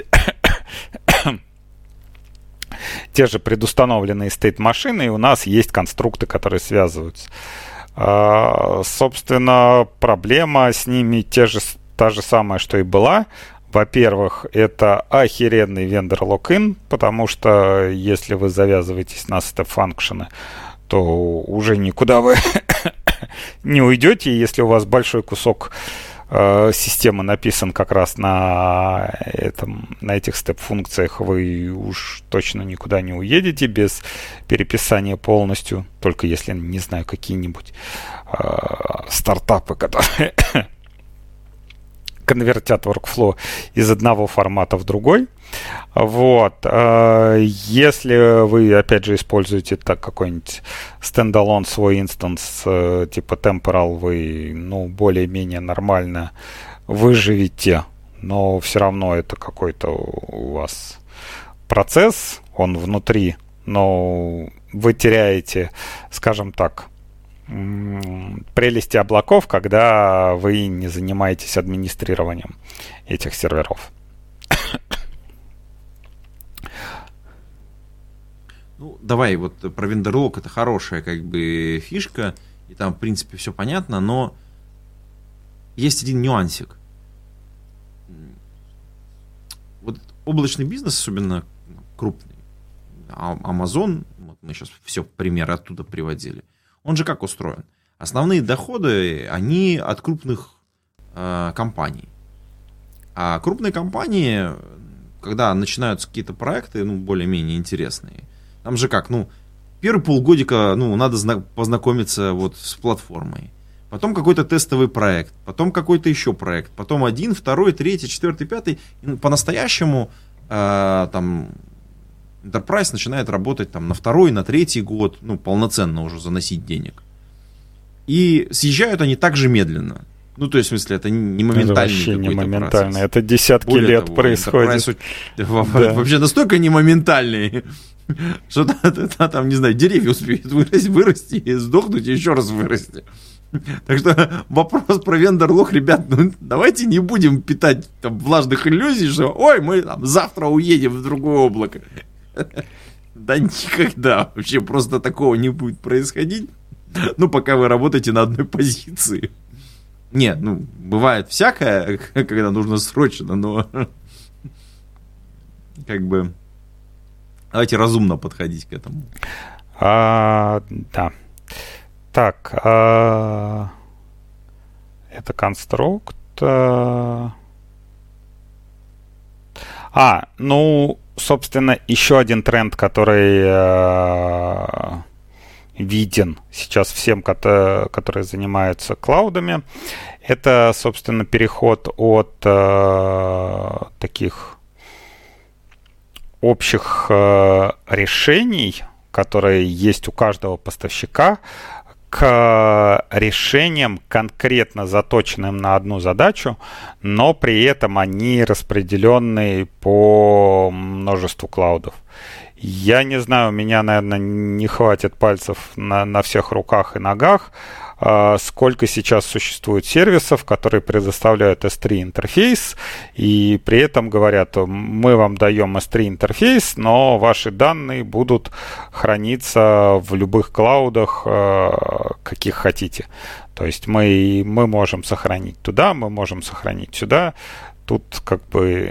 те же предустановленные state-машины, и у нас есть конструкты, которые связываются. Собственно, проблема с ними та же самая, что и была. Во-первых, это охеренный вендор локин, потому что если вы завязываетесь на степ-фанкшены, то уже никуда вы не уйдете. И если у вас большой кусок системы написан как раз на этих степ-функциях, вы уж точно никуда не уедете без переписания полностью. Только если, не знаю, какие-нибудь стартапы, которые конвертят workflow из одного формата в другой. Вот. Если вы, опять же, используете так какой-нибудь стендалон свой инстанс типа Temporal, вы, более-менее нормально выживете, но все равно это какой-то у вас процесс, он внутри, но вы теряете, скажем так, прелести облаков, когда вы не занимаетесь администрированием этих серверов. Давай, вот про вендорлок это хорошая фишка, и там, в принципе, все понятно, но есть один нюансик. Вот облачный бизнес, особенно крупный, Amazon, вот мы сейчас все примеры оттуда приводили, он же как устроен? Основные доходы, они от крупных компаний. А крупные компании, когда начинаются какие-то проекты, более-менее интересные, там же как, первые полгодика, надо познакомиться вот с платформой. Потом какой-то тестовый проект, потом какой-то еще проект, потом 1, 2, 3, 4, 5. И по-настоящему там Enterprise начинает работать там на 2-й, на 3-й год, полноценно уже заносить денег. И съезжают они так же медленно. То есть, в смысле, это не моментальный это какой-то не моментально, процесс. это десятки Более лет того, происходит. Вообще настолько не моментальный, что там, не знаю, деревья успеют вырасти и сдохнуть, и еще раз вырасти. Так что вопрос про вендор-лок, ребят, давайте не будем питать там влажных иллюзий, что ой, мы там завтра уедем в другое облако. Да никогда. Вообще просто такого не будет происходить. Ну, пока вы работаете на одной позиции. Нет, ну, бывает всякое, когда нужно срочно, но как бы давайте разумно подходить к этому. Да. Так, это конструкт. Ну, собственно, еще один тренд, который виден сейчас всем, которые занимаются клаудами, это, собственно, переход от таких общих решений, которые есть у каждого поставщика, к решениям, конкретно заточенным на одну задачу, но при этом они распределенные по множеству клаудов. Я не знаю, у меня, наверное, не хватит пальцев на всех руках и ногах, сколько сейчас существует сервисов, которые предоставляют S3 интерфейс, и при этом говорят, мы вам даем S3 интерфейс, но ваши данные будут храниться в любых клаудах, каких хотите. То есть мы можем сохранить туда, мы можем сохранить сюда. Тут как бы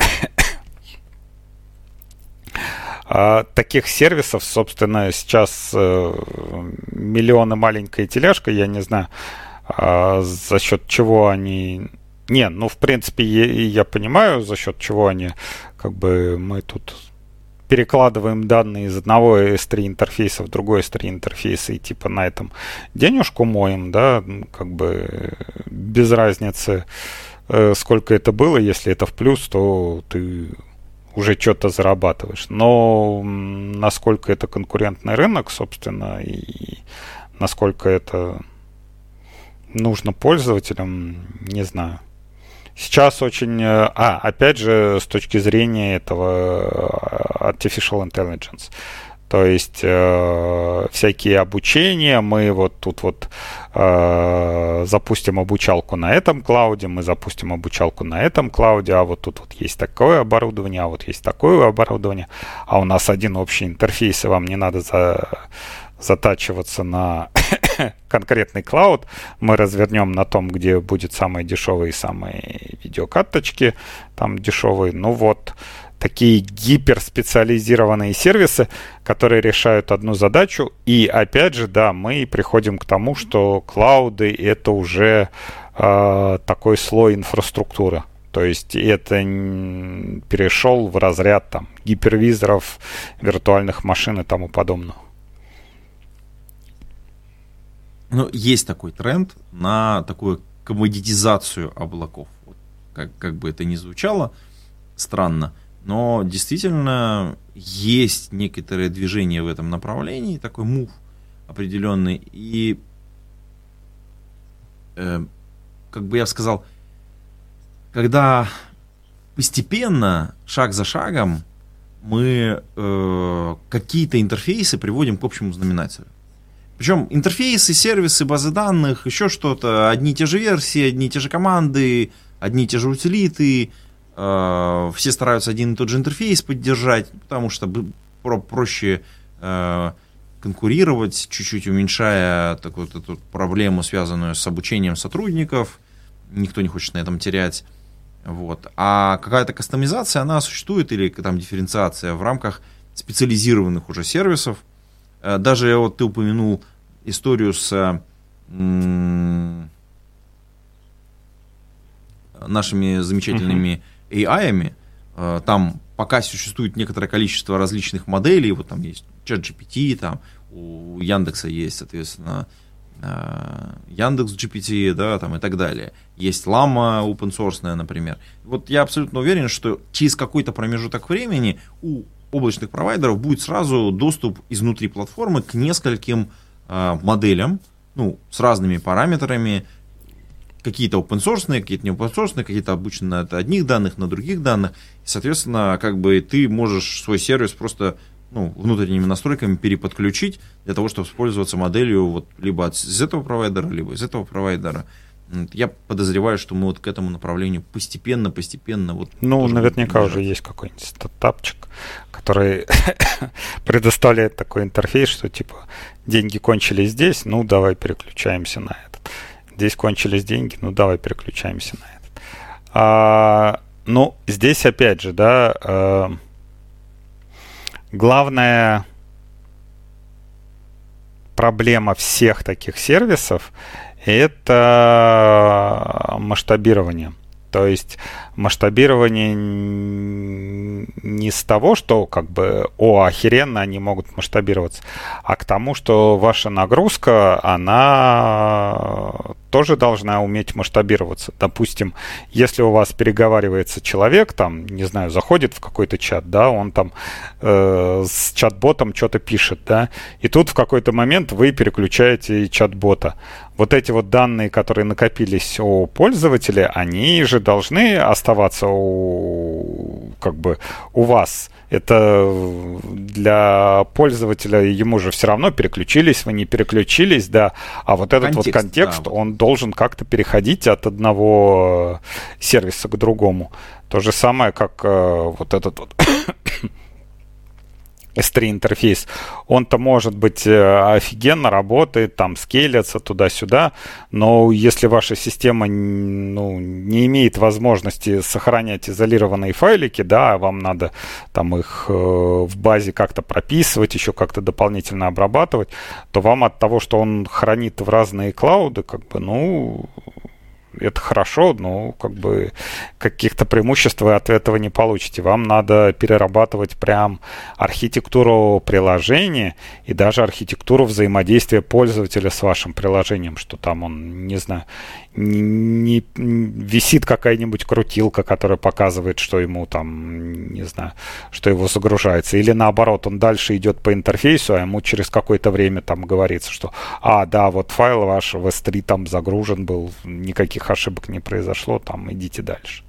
таких сервисов, собственно, сейчас миллионы, маленькая тележка, я не знаю, за счет чего они... Не, ну, в принципе, я понимаю, за счет чего они, как бы, мы тут перекладываем данные из одного S3 интерфейса в другой S3 интерфейс и типа на этом денежку моем, да, как бы без разницы, сколько это было, если это в плюс, то ты уже что-то зарабатываешь. Но насколько это конкурентный рынок, собственно, и насколько это нужно пользователям, не знаю. Сейчас очень... опять же, с точки зрения этого Artificial Intelligence. То есть всякие обучения, мы вот тут вот запустим обучалку на этом клауде, мы запустим обучалку на этом клауде, а вот тут вот есть такое оборудование, а вот есть такое оборудование, а у нас один общий интерфейс, и вам не надо затачиваться на конкретный клауд, мы развернем на том, где будет самые дешевые, самые видеокарточки, там дешевые, ну вот, такие гиперспециализированные сервисы, которые решают одну задачу. И опять же, да, мы приходим к тому, что клауды — это уже такой слой инфраструктуры. То есть это перешел в разряд там гипервизоров, виртуальных машин и тому подобного. Ну, есть такой тренд на такую коммодитизацию облаков. Вот, как бы это ни звучало странно, но действительно есть некоторые движения в этом направлении, такой мув определенный. И, как бы я сказал, когда постепенно, шаг за шагом, мы какие-то интерфейсы приводим к общему знаменателю. Причем интерфейсы, сервисы, базы данных, еще что-то, одни и те же версии, одни и те же команды, одни и те же утилиты. Все стараются один и тот же интерфейс поддержать, потому что проще конкурировать, чуть-чуть уменьшая такую проблему, связанную с обучением сотрудников. Никто не хочет на этом терять. Вот. А какая-то кастомизация, она существует, или там дифференциация в рамках специализированных уже сервисов. Даже вот ты упомянул историю с нашими замечательными AI-ами. Там пока существует некоторое количество различных моделей. Вот там есть ChatGPT, там у Яндекса есть, соответственно, Яндекс.GPT, да, там и так далее. Есть Llama open source, например. Вот я абсолютно уверен, что через какой-то промежуток времени у облачных провайдеров будет сразу доступ изнутри платформы к нескольким моделям, ну, с разными параметрами. Какие-то open-source, какие-то не open-source, какие-то обучены на одних данных, на других данных. И, соответственно, как бы ты можешь свой сервис просто внутренними настройками переподключить для того, чтобы пользоваться моделью вот, либо из этого провайдера, либо из этого провайдера. Я подозреваю, что мы вот к этому направлению постепенно вот... Наверняка уже есть какой-нибудь стартапчик, который предоставляет такой интерфейс, что типа деньги кончились здесь, давай переключаемся на этот. Здесь кончились деньги, давай переключаемся на этот. Здесь опять же, да, главная проблема всех таких сервисов — это масштабирование. То есть масштабирование не с того, что охеренно они могут масштабироваться, а к тому, что ваша нагрузка, она тоже должна уметь масштабироваться. Допустим, если у вас переговаривается человек, заходит в какой-то чат, да, он с чат-ботом что-то пишет, да, и тут в какой-то момент вы переключаете чат-бота. Вот эти вот данные, которые накопились у пользователя, они же должны оставаться у вас. Это для пользователя, ему же все равно переключились, вы не переключились, да. А вот этот контекст, да, он должен как-то переходить от одного сервиса к другому. То же самое, как вот этот вот S3 интерфейс, он-то, может быть, офигенно работает, скейлится туда-сюда, но если ваша система не имеет возможности сохранять изолированные файлики, да, вам надо их в базе как-то прописывать, еще как-то дополнительно обрабатывать, то вам от того, что он хранит в разные клауды, это хорошо, но каких-то преимуществ вы от этого не получите. Вам надо перерабатывать прям архитектуру приложения и даже архитектуру взаимодействия пользователя с вашим приложением, что там он, не знаю, не висит какая-нибудь крутилка, которая показывает, что ему не знаю, что его загружается. Или наоборот, он дальше идет по интерфейсу, а ему через какое-то время говорится, что да, вот файл ваш в S3 загружен был, никаких ошибок не произошло, идите дальше.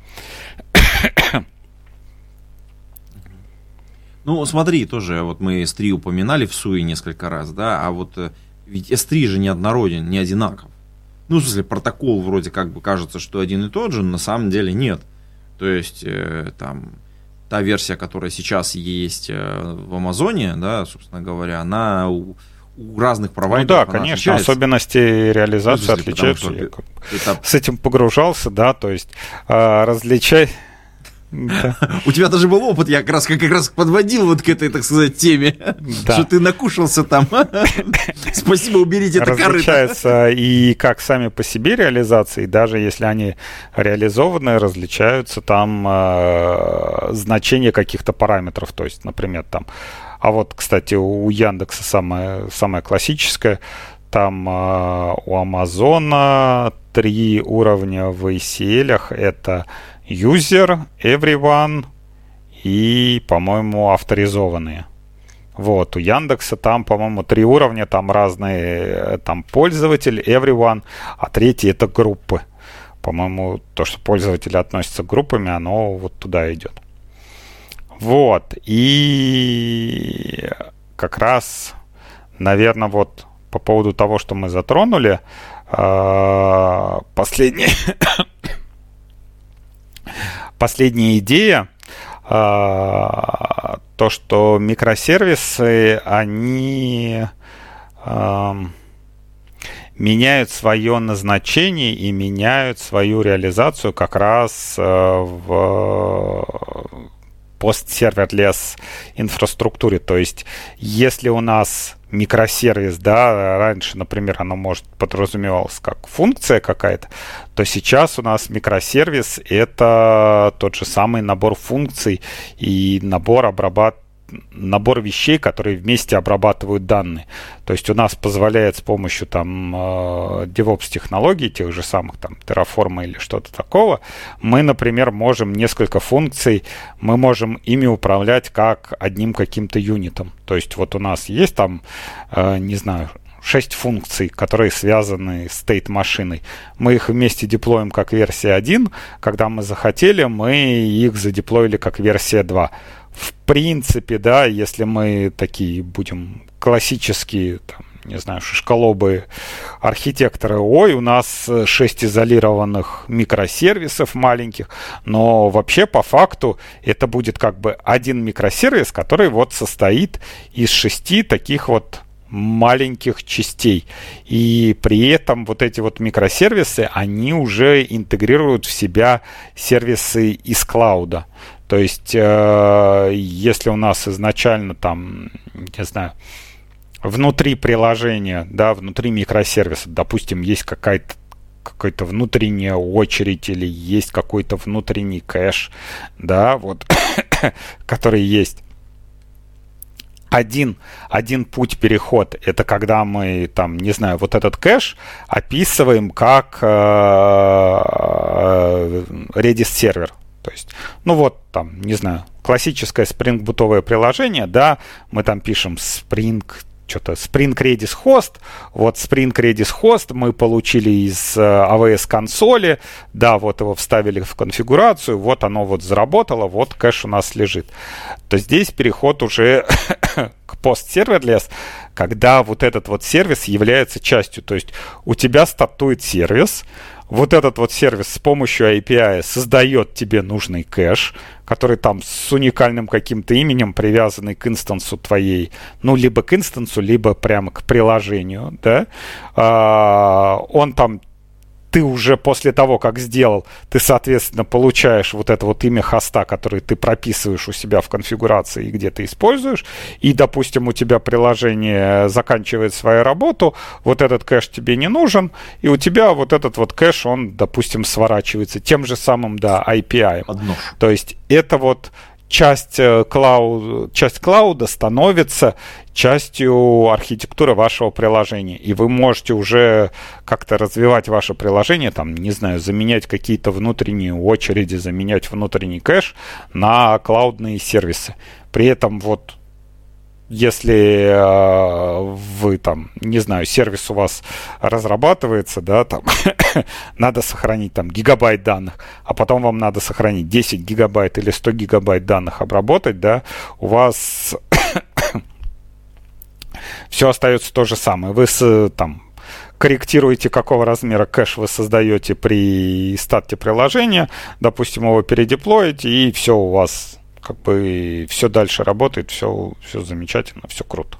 Смотри, тоже вот мы S3 упоминали в SUI несколько раз, да, а вот ведь S3 же неоднороден, не одинаков. В смысле, протокол вроде кажется, что один и тот же, но на самом деле нет. То есть, та версия, которая сейчас есть в Амазоне, да, собственно говоря, она у разных провайдеров. Да, конечно, отличается. Особенности реализации отличаются. С этим погружался, да, то есть различать. Да. У тебя даже был опыт, я как раз подводил вот к этой, так сказать, теме, да. Что ты накушался там. Спасибо, уберите это корыто. Различаются и как сами по себе реализации, даже если они реализованы, различаются значения каких-то параметров, то есть, например, А вот, кстати, у Яндекса самое классическое, у Амазона 3 уровня в ACL, это user, everyone и, по-моему, авторизованные. Вот, у Яндекса по-моему, 3 уровня, разные, пользователь, everyone, а третий — это группы. По-моему, то, что пользователи относятся к группами, оно вот туда идет. Вот, и как раз, наверное, вот по поводу того, что мы затронули, последняя идея, то, что микросервисы, они меняют свое назначение и меняют свою реализацию как раз в пост-серверлесс инфраструктуре. То есть, если у нас микросервис, да, раньше, например, оно, может, подразумевалось как функция какая-то, то сейчас у нас микросервис — это тот же самый набор функций и набор вещей, которые вместе обрабатывают данные. То есть у нас позволяет с помощью DevOps-технологий, тех же самых Terraform или что-то такого, мы, например, можем несколько функций, мы можем ими управлять как одним каким-то юнитом. То есть вот у нас есть не знаю, 6 функций, которые связаны с state-машиной. Мы их вместе деплоим как версия 1. Когда мы захотели, мы их задеплоили как версия 2. В принципе, да, если мы такие будем классические, не знаю, шишколобые архитекторы, ой, у нас 6 изолированных микросервисов маленьких, но вообще по факту это будет как бы один микросервис, который вот состоит из 6 таких вот маленьких частей. И при этом вот эти вот микросервисы, они уже интегрируют в себя сервисы из клауда. То есть, если у нас изначально там, не знаю, внутри приложения, да, внутри микросервиса, допустим, есть какая-то внутренняя очередь или есть какой-то внутренний кэш, да, вот, который есть. Один путь переход — это когда мы там, не знаю, вот этот кэш описываем как Redis сервер. То есть, ну вот там, не знаю, классическое спрингбутовое приложение, да, мы там пишем Spring Redis Host, вот Spring Redis Host мы получили из AWS консоли, да, вот его вставили в конфигурацию, вот оно вот заработало, вот кэш у нас лежит. То здесь переход уже к post-serverless, когда вот этот вот сервис является частью, то есть у тебя стартует сервис, вот этот вот сервис с помощью API создает тебе нужный кэш, который там с уникальным каким-то именем, привязанный к инстансу твоей, ну, либо к инстансу, либо прямо к приложению, да. Он там, ты уже после того, как сделал, ты, соответственно, получаешь вот это вот имя хоста, который ты прописываешь у себя в конфигурации и где ты используешь, и, допустим, у тебя приложение заканчивает свою работу, вот этот кэш тебе не нужен, и у тебя вот этот вот кэш, он, допустим, сворачивается тем же самым, да, API. То есть это вот часть клауда становится частью архитектуры вашего приложения. И вы можете уже как-то развивать ваше приложение, там, не знаю, заменять какие-то внутренние очереди, заменять внутренний кэш на клаудные сервисы. При этом вот если вы там, не знаю, сервис у вас разрабатывается, да, там надо сохранить там гигабайт данных, а потом вам надо сохранить 10 гигабайт или 100 гигабайт данных обработать, да, у вас все остается то же самое. Вы там корректируете, какого размера кэш вы создаете при старте приложения, допустим, его передеплоите, и все у вас как бы все дальше работает, все замечательно, все круто.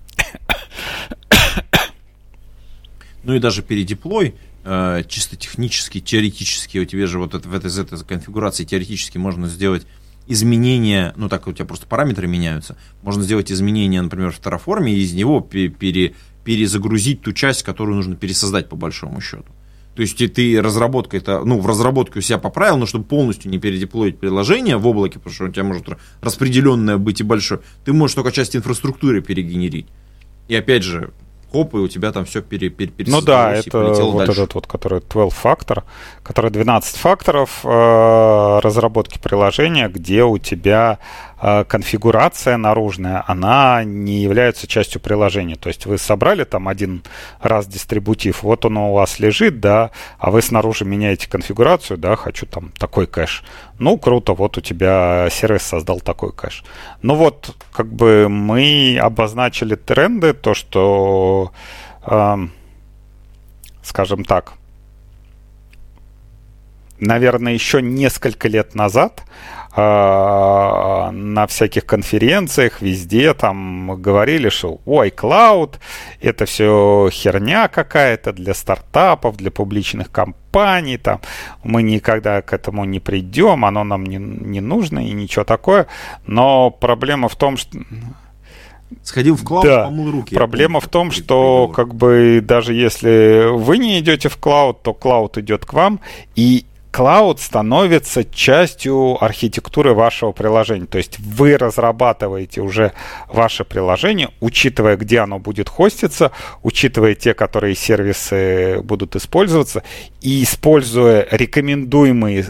Ну и даже передеплой, чисто технически, теоретически, у тебя же вот в этой конфигурации теоретически можно сделать изменения, ну так у тебя просто параметры меняются, можно сделать изменения, например, в Terraform, и из него перезагрузить ту часть, которую нужно пересоздать по большому счету. То есть ты разработка это, ну, в разработке у себя поправил, но чтобы полностью не передеплоить приложение в облаке, потому что у тебя может распределенное быть и большое, ты можешь только часть инфраструктуры перегенерить. И опять же, хоп, и у тебя там все пересоздалось. Ну да, это вот дальше. Этот вот, который 12-фактор, который 12 факторов разработки приложения, где у тебя конфигурация наружная, она не является частью приложения. То есть вы собрали там один раз дистрибутив, вот он у вас лежит, да, а вы снаружи меняете конфигурацию, да, хочу там такой кэш. Ну, круто, вот у тебя сервис создал такой кэш. Ну вот, как бы мы обозначили тренды, то, что, скажем так, наверное, еще несколько лет назад на всяких конференциях везде там говорили, что ой, клауд, это все херня какая-то для стартапов, для публичных компаний, там, мы никогда к этому не придем, оно нам не нужно и ничего такое. Но проблема в том, что... Сходил в клауд, да, помыл руки. Проблема в том, что как бы даже если вы не идете в клауд, то клауд идет к вам, и клауд становится частью архитектуры вашего приложения. То есть вы разрабатываете уже ваше приложение, учитывая, где оно будет хоститься, учитывая те, которые сервисы будут использоваться, и используя рекомендуемые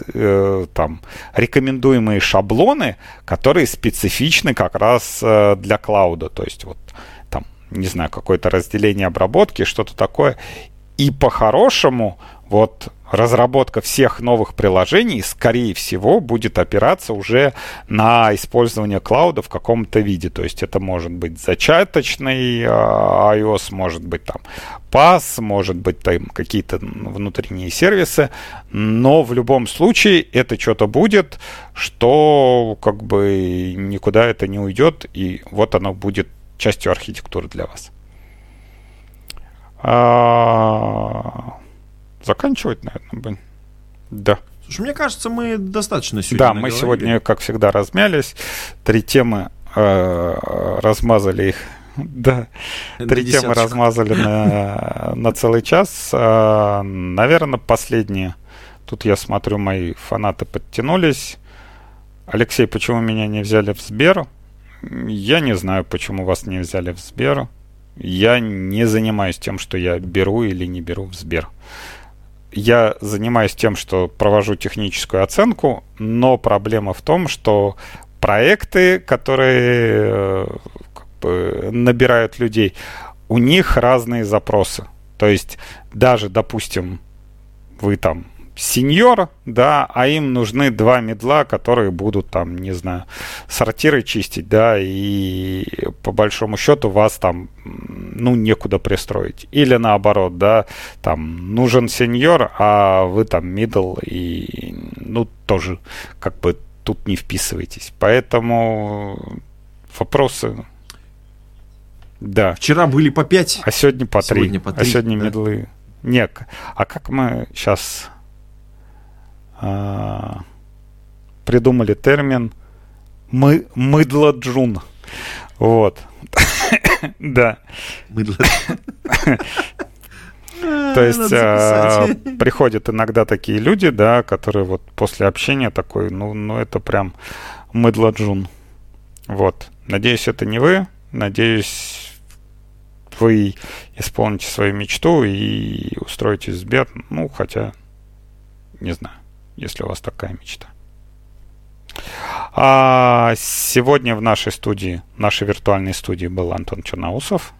шаблоны, которые специфичны как раз для клауда. То есть вот там, не знаю, какое-то разделение обработки, что-то такое. И по-хорошему вот разработка всех новых приложений, скорее всего, будет опираться уже на использование клауда в каком-то виде. То есть это может быть зачаточный iOS, может быть там PaaS, может быть там какие-то внутренние сервисы. Но в любом случае это что-то будет, что как бы никуда это не уйдет. И вот оно будет частью архитектуры для вас. Заканчивать, наверное, будем. Да. Слушай, мне кажется, мы достаточно сегодня Да, наговорили. мы сегодня, как всегда, размялись. 3 темы размазали их. Да, 3 темы размазали на целый час. Наверное, последние. Тут я смотрю, мои фанаты подтянулись. Алексей, почему меня не взяли в Сбер? Я не знаю, почему вас не взяли в Сбер. Я не занимаюсь тем, что я беру или не беру в Сбер. Я занимаюсь тем, что провожу техническую оценку, но проблема в том, что проекты, которые как бы набирают людей, у них разные запросы. То есть даже, допустим, вы там сеньор, да, а им нужны 2 медла, которые будут там, не знаю, сортиры чистить, да, и по большому счету вас там, ну, некуда пристроить. Или наоборот, да, там нужен сеньор, а вы там мидл, и, ну, тоже как бы тут не вписываетесь. Поэтому вопросы... Да. Вчера были по 5. А сегодня по 3. Сегодня по 3, а сегодня да. медлы... Нет. А как мы сейчас... придумали термин мыдло-джун. Вот. Да. То есть приходят иногда такие люди, да, которые вот после общения такой, ну это прям мыдло-джун. Вот. Надеюсь, это не вы. Надеюсь, вы исполните свою мечту и устроитесь в Сбер. Ну, хотя, не знаю, если у вас такая мечта. Сегодня в нашей студии, нашей виртуальной студии был Антон Черноусов.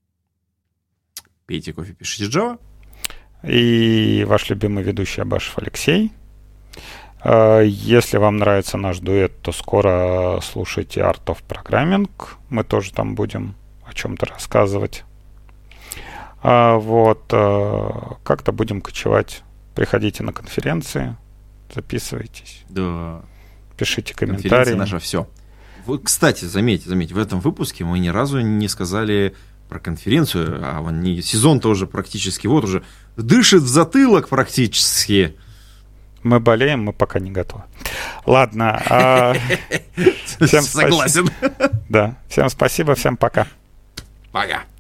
Пейте кофе, пишите Java. И ваш любимый ведущий Абашев Алексей. Если вам нравится наш дуэт, то скоро слушайте Art of Programming. Мы тоже там будем о чем-то рассказывать. Вот. Как-то будем кочевать. Приходите на конференции, записывайтесь. Да. Пишите комментарии. Конференция наша все. Кстати, заметьте, в этом выпуске мы ни разу не сказали про конференцию, а сезон-то уже практически, вот уже дышит в затылок практически. Мы болеем, мы пока не готовы. Ладно. Всем согласен. Да. Всем спасибо, всем пока. Пока.